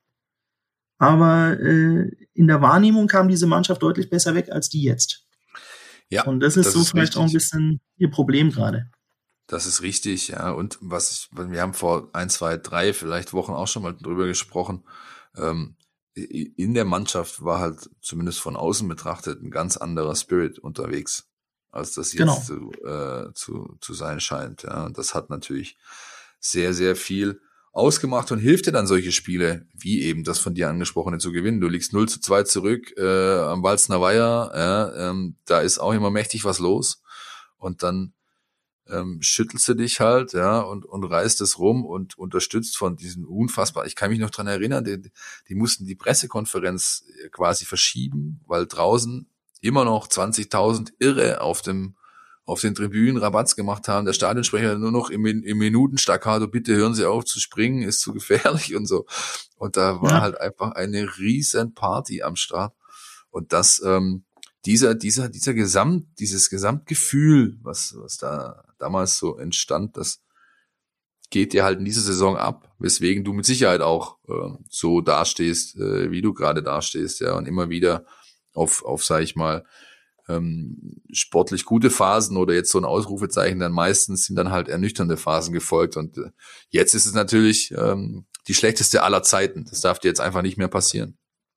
D: aber äh, in der Wahrnehmung kam diese Mannschaft deutlich besser weg als die jetzt.
C: Ja,
D: und das ist
C: das
D: so
C: ist
D: vielleicht
C: richtig.
D: auch ein bisschen ihr Problem gerade.
C: Das ist richtig, ja. Und was ich, wir haben vor ein, zwei, drei, vielleicht Wochen auch schon mal drüber gesprochen. Ähm, in der Mannschaft war halt zumindest von außen betrachtet ein ganz anderer Spirit unterwegs, als das jetzt
D: Genau.
C: zu, äh, zu, zu sein scheint. Ja, und das hat natürlich sehr, sehr viel ausgemacht und hilft dir dann solche Spiele, wie eben das von dir angesprochene zu gewinnen. Du liegst null zu zwei zurück äh, am Walzner Weiher, ja, ähm, da ist auch immer mächtig was los und dann ähm, schüttelst du dich halt, ja, und und reißt es rum und unterstützt von diesen unfassbar, ich kann mich noch dran erinnern, die, die mussten die Pressekonferenz quasi verschieben, weil draußen immer noch zwanzigtausend Irre auf dem auf den Tribünen Rabatz gemacht haben, der Stadionsprecher nur noch im, im Minutenstaccato, bitte hören Sie auf zu springen, ist zu gefährlich und so. Und da war
D: Ja.
C: halt einfach eine riesen Party am Start. Und das, ähm, dieser, dieser, dieser Gesamt, dieses Gesamtgefühl, was, was da damals so entstand, das geht dir halt in dieser Saison ab, weswegen du mit Sicherheit auch äh, so dastehst, äh, wie du gerade dastehst, ja, und immer wieder auf, auf, sag ich mal, ähm, sportlich gute Phasen oder jetzt so ein Ausrufezeichen, dann meistens sind dann halt ernüchternde Phasen gefolgt und äh, jetzt ist es natürlich ähm, die schlechteste aller Zeiten. Das darf dir jetzt einfach nicht mehr passieren.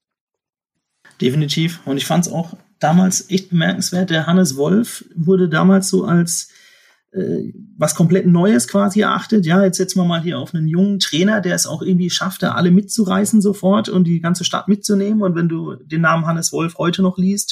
D: Definitiv. Und ich fand es auch damals echt bemerkenswert. Der Hannes Wolf wurde damals so als äh, was komplett Neues quasi erachtet. Ja, jetzt setzen wir mal hier auf einen jungen Trainer, der es auch irgendwie schafft, da alle mitzureißen sofort und die ganze Stadt mitzunehmen. Und wenn du den Namen Hannes Wolf heute noch liest,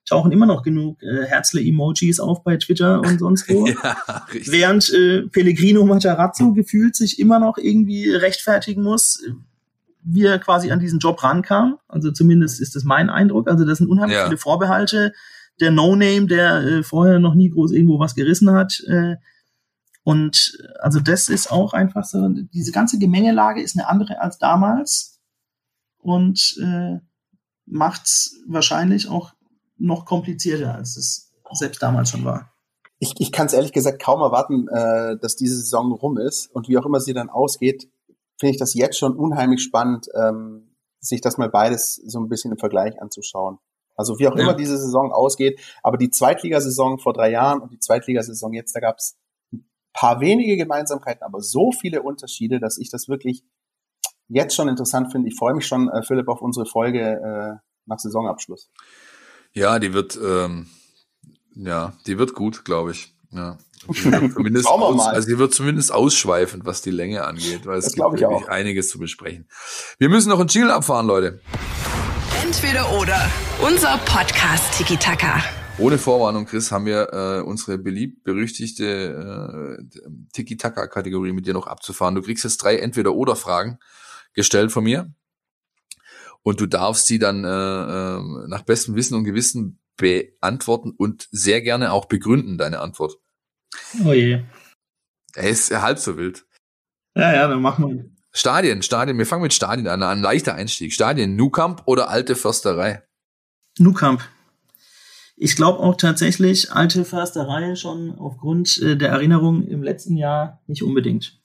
D: tauchen immer noch genug äh, Herzle-Emojis auf bei Twitter und sonst wo. Ja, richtig. Während äh, Pellegrino Matarazzo gefühlt sich immer noch irgendwie rechtfertigen muss, wie er quasi an diesen Job rankam. Also zumindest ist das mein Eindruck. Also das sind unheimlich ja. viele Vorbehalte. Der No-Name, der äh, vorher noch nie groß irgendwo was gerissen hat. Äh, und also das ist auch einfach so, diese ganze Gemengelage ist eine andere als damals und äh, macht's wahrscheinlich auch noch komplizierter, als es selbst damals schon war.
B: Ich, ich kann es ehrlich gesagt kaum erwarten, äh, dass diese Saison rum ist und wie auch immer sie dann ausgeht, finde ich das jetzt schon unheimlich spannend, ähm, sich das mal beides so ein bisschen im Vergleich anzuschauen. Also wie auch ja. immer diese Saison ausgeht, aber die Zweitligasaison vor drei Jahren und die Zweitligasaison jetzt, da gab es ein paar wenige Gemeinsamkeiten, aber so viele Unterschiede, dass ich das wirklich jetzt schon interessant finde. Ich freue mich schon, äh, Philipp, auf unsere Folge äh, nach Saisonabschluss. Ja, die wird ähm, ja, die wird gut, glaube ich. Ja. Zumindest aus, also sie wird zumindest ausschweifend, was die Länge angeht, weil es das gibt wirklich einiges zu besprechen. Wir müssen noch einen Jingle abfahren, Leute.
A: Entweder oder. Unser Podcast Tiki Taka.
C: Ohne Vorwarnung, Chris, haben wir äh, unsere beliebt berüchtigte äh, Tiki Taka Kategorie mit dir noch abzufahren. Du kriegst jetzt drei Entweder oder Fragen gestellt von mir und du darfst sie dann äh, äh, nach bestem Wissen und Gewissen beantworten und sehr gerne auch begründen, deine Antwort.
D: Oh je.
C: Er ist halb so wild.
D: Ja, ja, dann machen wir.
C: Stadien, Stadien, wir fangen mit Stadien an, ein leichter Einstieg. Stadien, Nou Camp oder Alte Försterei?
D: Nou Camp. Ich glaube auch tatsächlich, Alte Försterei schon aufgrund äh, der Erinnerung im letzten Jahr nicht unbedingt.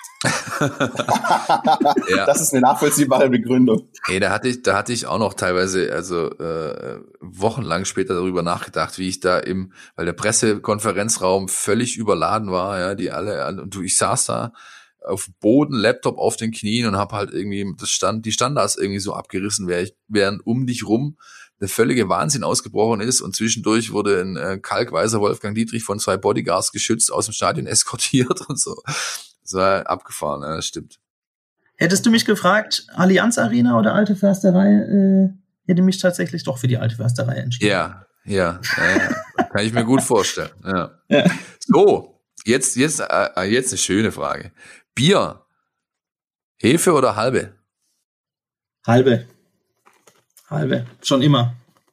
B: Ja. Das ist eine nachvollziehbare Begründung.
C: Hey, da hatte ich, da hatte ich auch noch teilweise, also äh, wochenlang später darüber nachgedacht, wie ich da im, weil der Pressekonferenzraum völlig überladen war, ja, die alle, und du, ich saß da auf dem Boden, Laptop auf den Knien und habe halt irgendwie das Stand, die Standards irgendwie so abgerissen, während um dich rum der völlige Wahnsinn ausgebrochen ist und zwischendurch wurde ein äh, kalkweißer Wolfgang Dietrich von zwei Bodyguards geschützt aus dem Stadion eskortiert und so. Das war abgefahren, ja, das stimmt.
D: Hättest du mich gefragt, Allianz Arena oder Alte Försterei, äh, hätte mich tatsächlich doch für die Alte Försterei entschieden.
C: Ja, ja, ja, ja. Kann ich mir gut vorstellen. Ja. Ja. So, jetzt, jetzt, äh, jetzt eine schöne Frage. Bier, Hefe oder halbe?
D: Halbe. Halbe. Schon immer.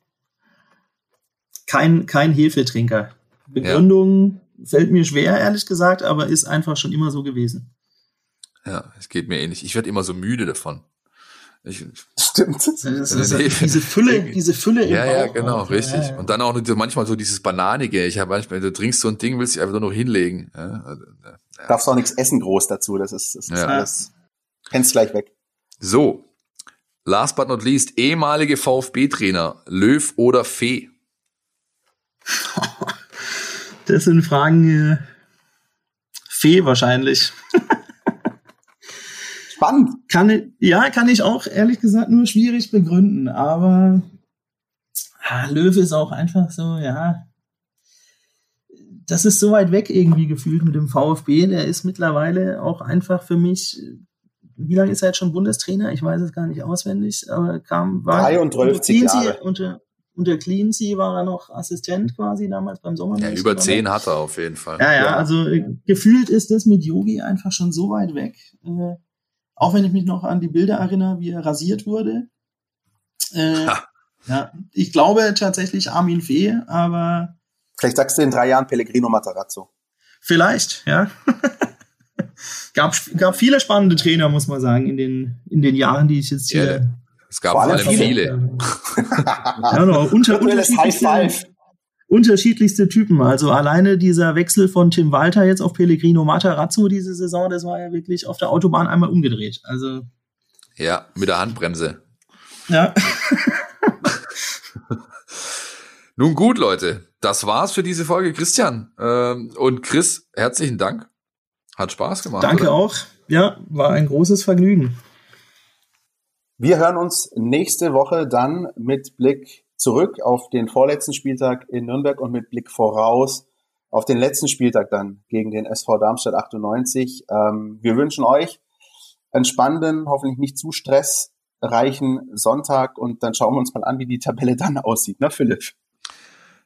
D: Kein, kein Hefetrinker. Begründung ja. fällt mir schwer, ehrlich gesagt, aber ist einfach schon immer so gewesen.
C: Ja, es geht mir ähnlich. Ich werde immer so müde davon. Ich,
B: Stimmt.
D: Das ist also diese Fülle, diese Fülle im
C: Ja, ja,
D: Bauch
C: genau,
D: auch.
C: richtig.
D: Ja, ja.
C: Und dann auch manchmal so dieses Bananige. Ich habe manchmal, du trinkst so ein Ding, willst dich einfach nur noch hinlegen. Ja, also, ja.
B: Darfst auch nichts essen groß dazu. Das ist, das ist
C: ja.
B: alles. Kennst gleich weg.
C: So. Last but not least, ehemalige VfB-Trainer, Löw oder Fee?
D: Das sind Fragen, äh, Fee wahrscheinlich.
B: Spannend.
D: Kann, ja, kann ich auch ehrlich gesagt nur schwierig begründen, aber ah, Löw ist auch einfach so, ja, das ist so weit weg irgendwie gefühlt mit dem VfB, der ist mittlerweile auch einfach für mich, wie lange ist er jetzt schon Bundestrainer? Ich weiß es gar nicht auswendig, aber kam, war
B: dreiunddreißig Jahre.
D: Unter, unter Cleansea war er noch Assistent quasi damals beim Sommermeister.
C: Ja, über zehn hat er auf jeden Fall.
D: Ja, ja, ja. also äh, gefühlt ist das mit Yogi einfach schon so weit weg. Äh, auch wenn ich mich noch an die Bilder erinnere, wie er rasiert wurde. Äh, ja, ich glaube tatsächlich Armin Fee, aber
B: vielleicht sagst du in drei Jahren Pellegrino Matarazzo.
D: Vielleicht, ja. gab, gab viele spannende Trainer, muss man sagen, in den, in den Jahren, die ich jetzt hier...
C: Ja, es gab vor allem viele. viele.
D: Ja, no, unter, unterschiedlichste, unterschiedlichste Typen. Also alleine dieser Wechsel von Tim Walter jetzt auf Pellegrino Matarazzo diese Saison, das war ja wirklich auf der Autobahn einmal umgedreht. Also
C: ja, mit der Handbremse.
D: Ja.
C: Nun gut, Leute, das war's für diese Folge, Christian. Und Chris, herzlichen Dank. Hat Spaß gemacht.
D: Danke oder? Auch. Ja, war ein großes Vergnügen.
B: Wir hören uns nächste Woche dann mit Blick zurück auf den vorletzten Spieltag in Nürnberg und mit Blick voraus auf den letzten Spieltag dann gegen den S V Darmstadt achtundneunzig. Ähm, wir wünschen euch einen spannenden, hoffentlich nicht zu stressreichen Sonntag und dann schauen wir uns mal an, wie die Tabelle dann aussieht, ne Philipp?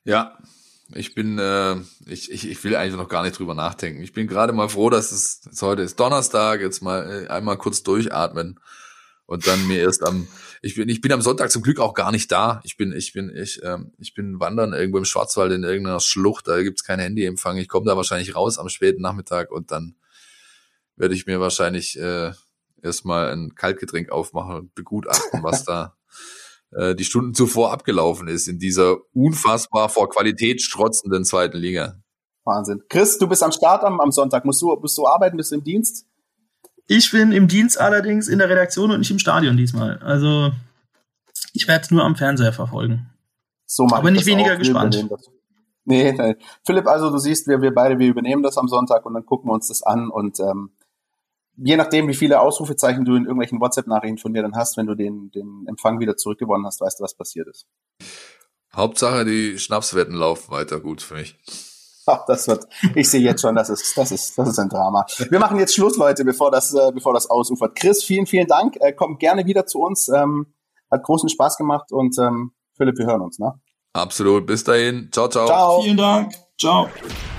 C: Ja, ich bin, äh, ich, ich, ich will eigentlich noch gar nicht drüber nachdenken. Ich bin gerade mal froh, dass es jetzt heute ist Donnerstag, jetzt mal äh, einmal kurz durchatmen und dann mir erst am, ich bin, ich bin am Sonntag zum Glück auch gar nicht da. Ich bin, ich bin, ich, ähm, ich bin wandern irgendwo im Schwarzwald in irgendeiner Schlucht, da gibt's kein Handyempfang. Ich komme da wahrscheinlich raus am späten Nachmittag und dann werde ich mir wahrscheinlich äh, erstmal ein Kaltgetränk aufmachen und begutachten, was da die Stunden zuvor abgelaufen ist in dieser unfassbar vor Qualität strotzenden zweiten Liga.
B: Wahnsinn. Chris, du bist am Start am, am Sonntag. Musst du, musst du arbeiten? Bist du im Dienst?
D: Ich bin im Dienst, allerdings in der Redaktion und nicht im Stadion diesmal. Also ich werde es nur am Fernseher verfolgen.
B: So
D: Aber nicht weniger gespannt.
B: Nee, nee. Philipp, also du siehst, wir, wir beide, wir übernehmen das am Sonntag und dann gucken wir uns das an und ähm, je nachdem, wie viele Ausrufezeichen du in irgendwelchen WhatsApp-Nachrichten von mir dann hast, wenn du den, den Empfang wieder zurückgewonnen hast, weißt du, was passiert ist.
C: Hauptsache, die Schnapswetten laufen weiter gut für mich.
B: Ach, das wird, ich sehe jetzt schon, das ist, das ist, das ist ein Drama. Wir machen jetzt Schluss, Leute, bevor das, äh, bevor das ausufert. Chris, vielen, vielen Dank. Äh, komm gerne wieder zu uns. Ähm, hat großen Spaß gemacht und ähm, Philipp, wir hören uns, ne?
C: Absolut. Bis dahin. Ciao, ciao.
B: Ciao.
D: Vielen Dank. Ciao.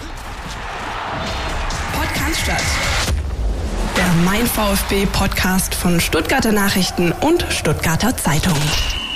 A: Podcast statt. Der Mein VfB Podcast von Stuttgarter Nachrichten und Stuttgarter Zeitung.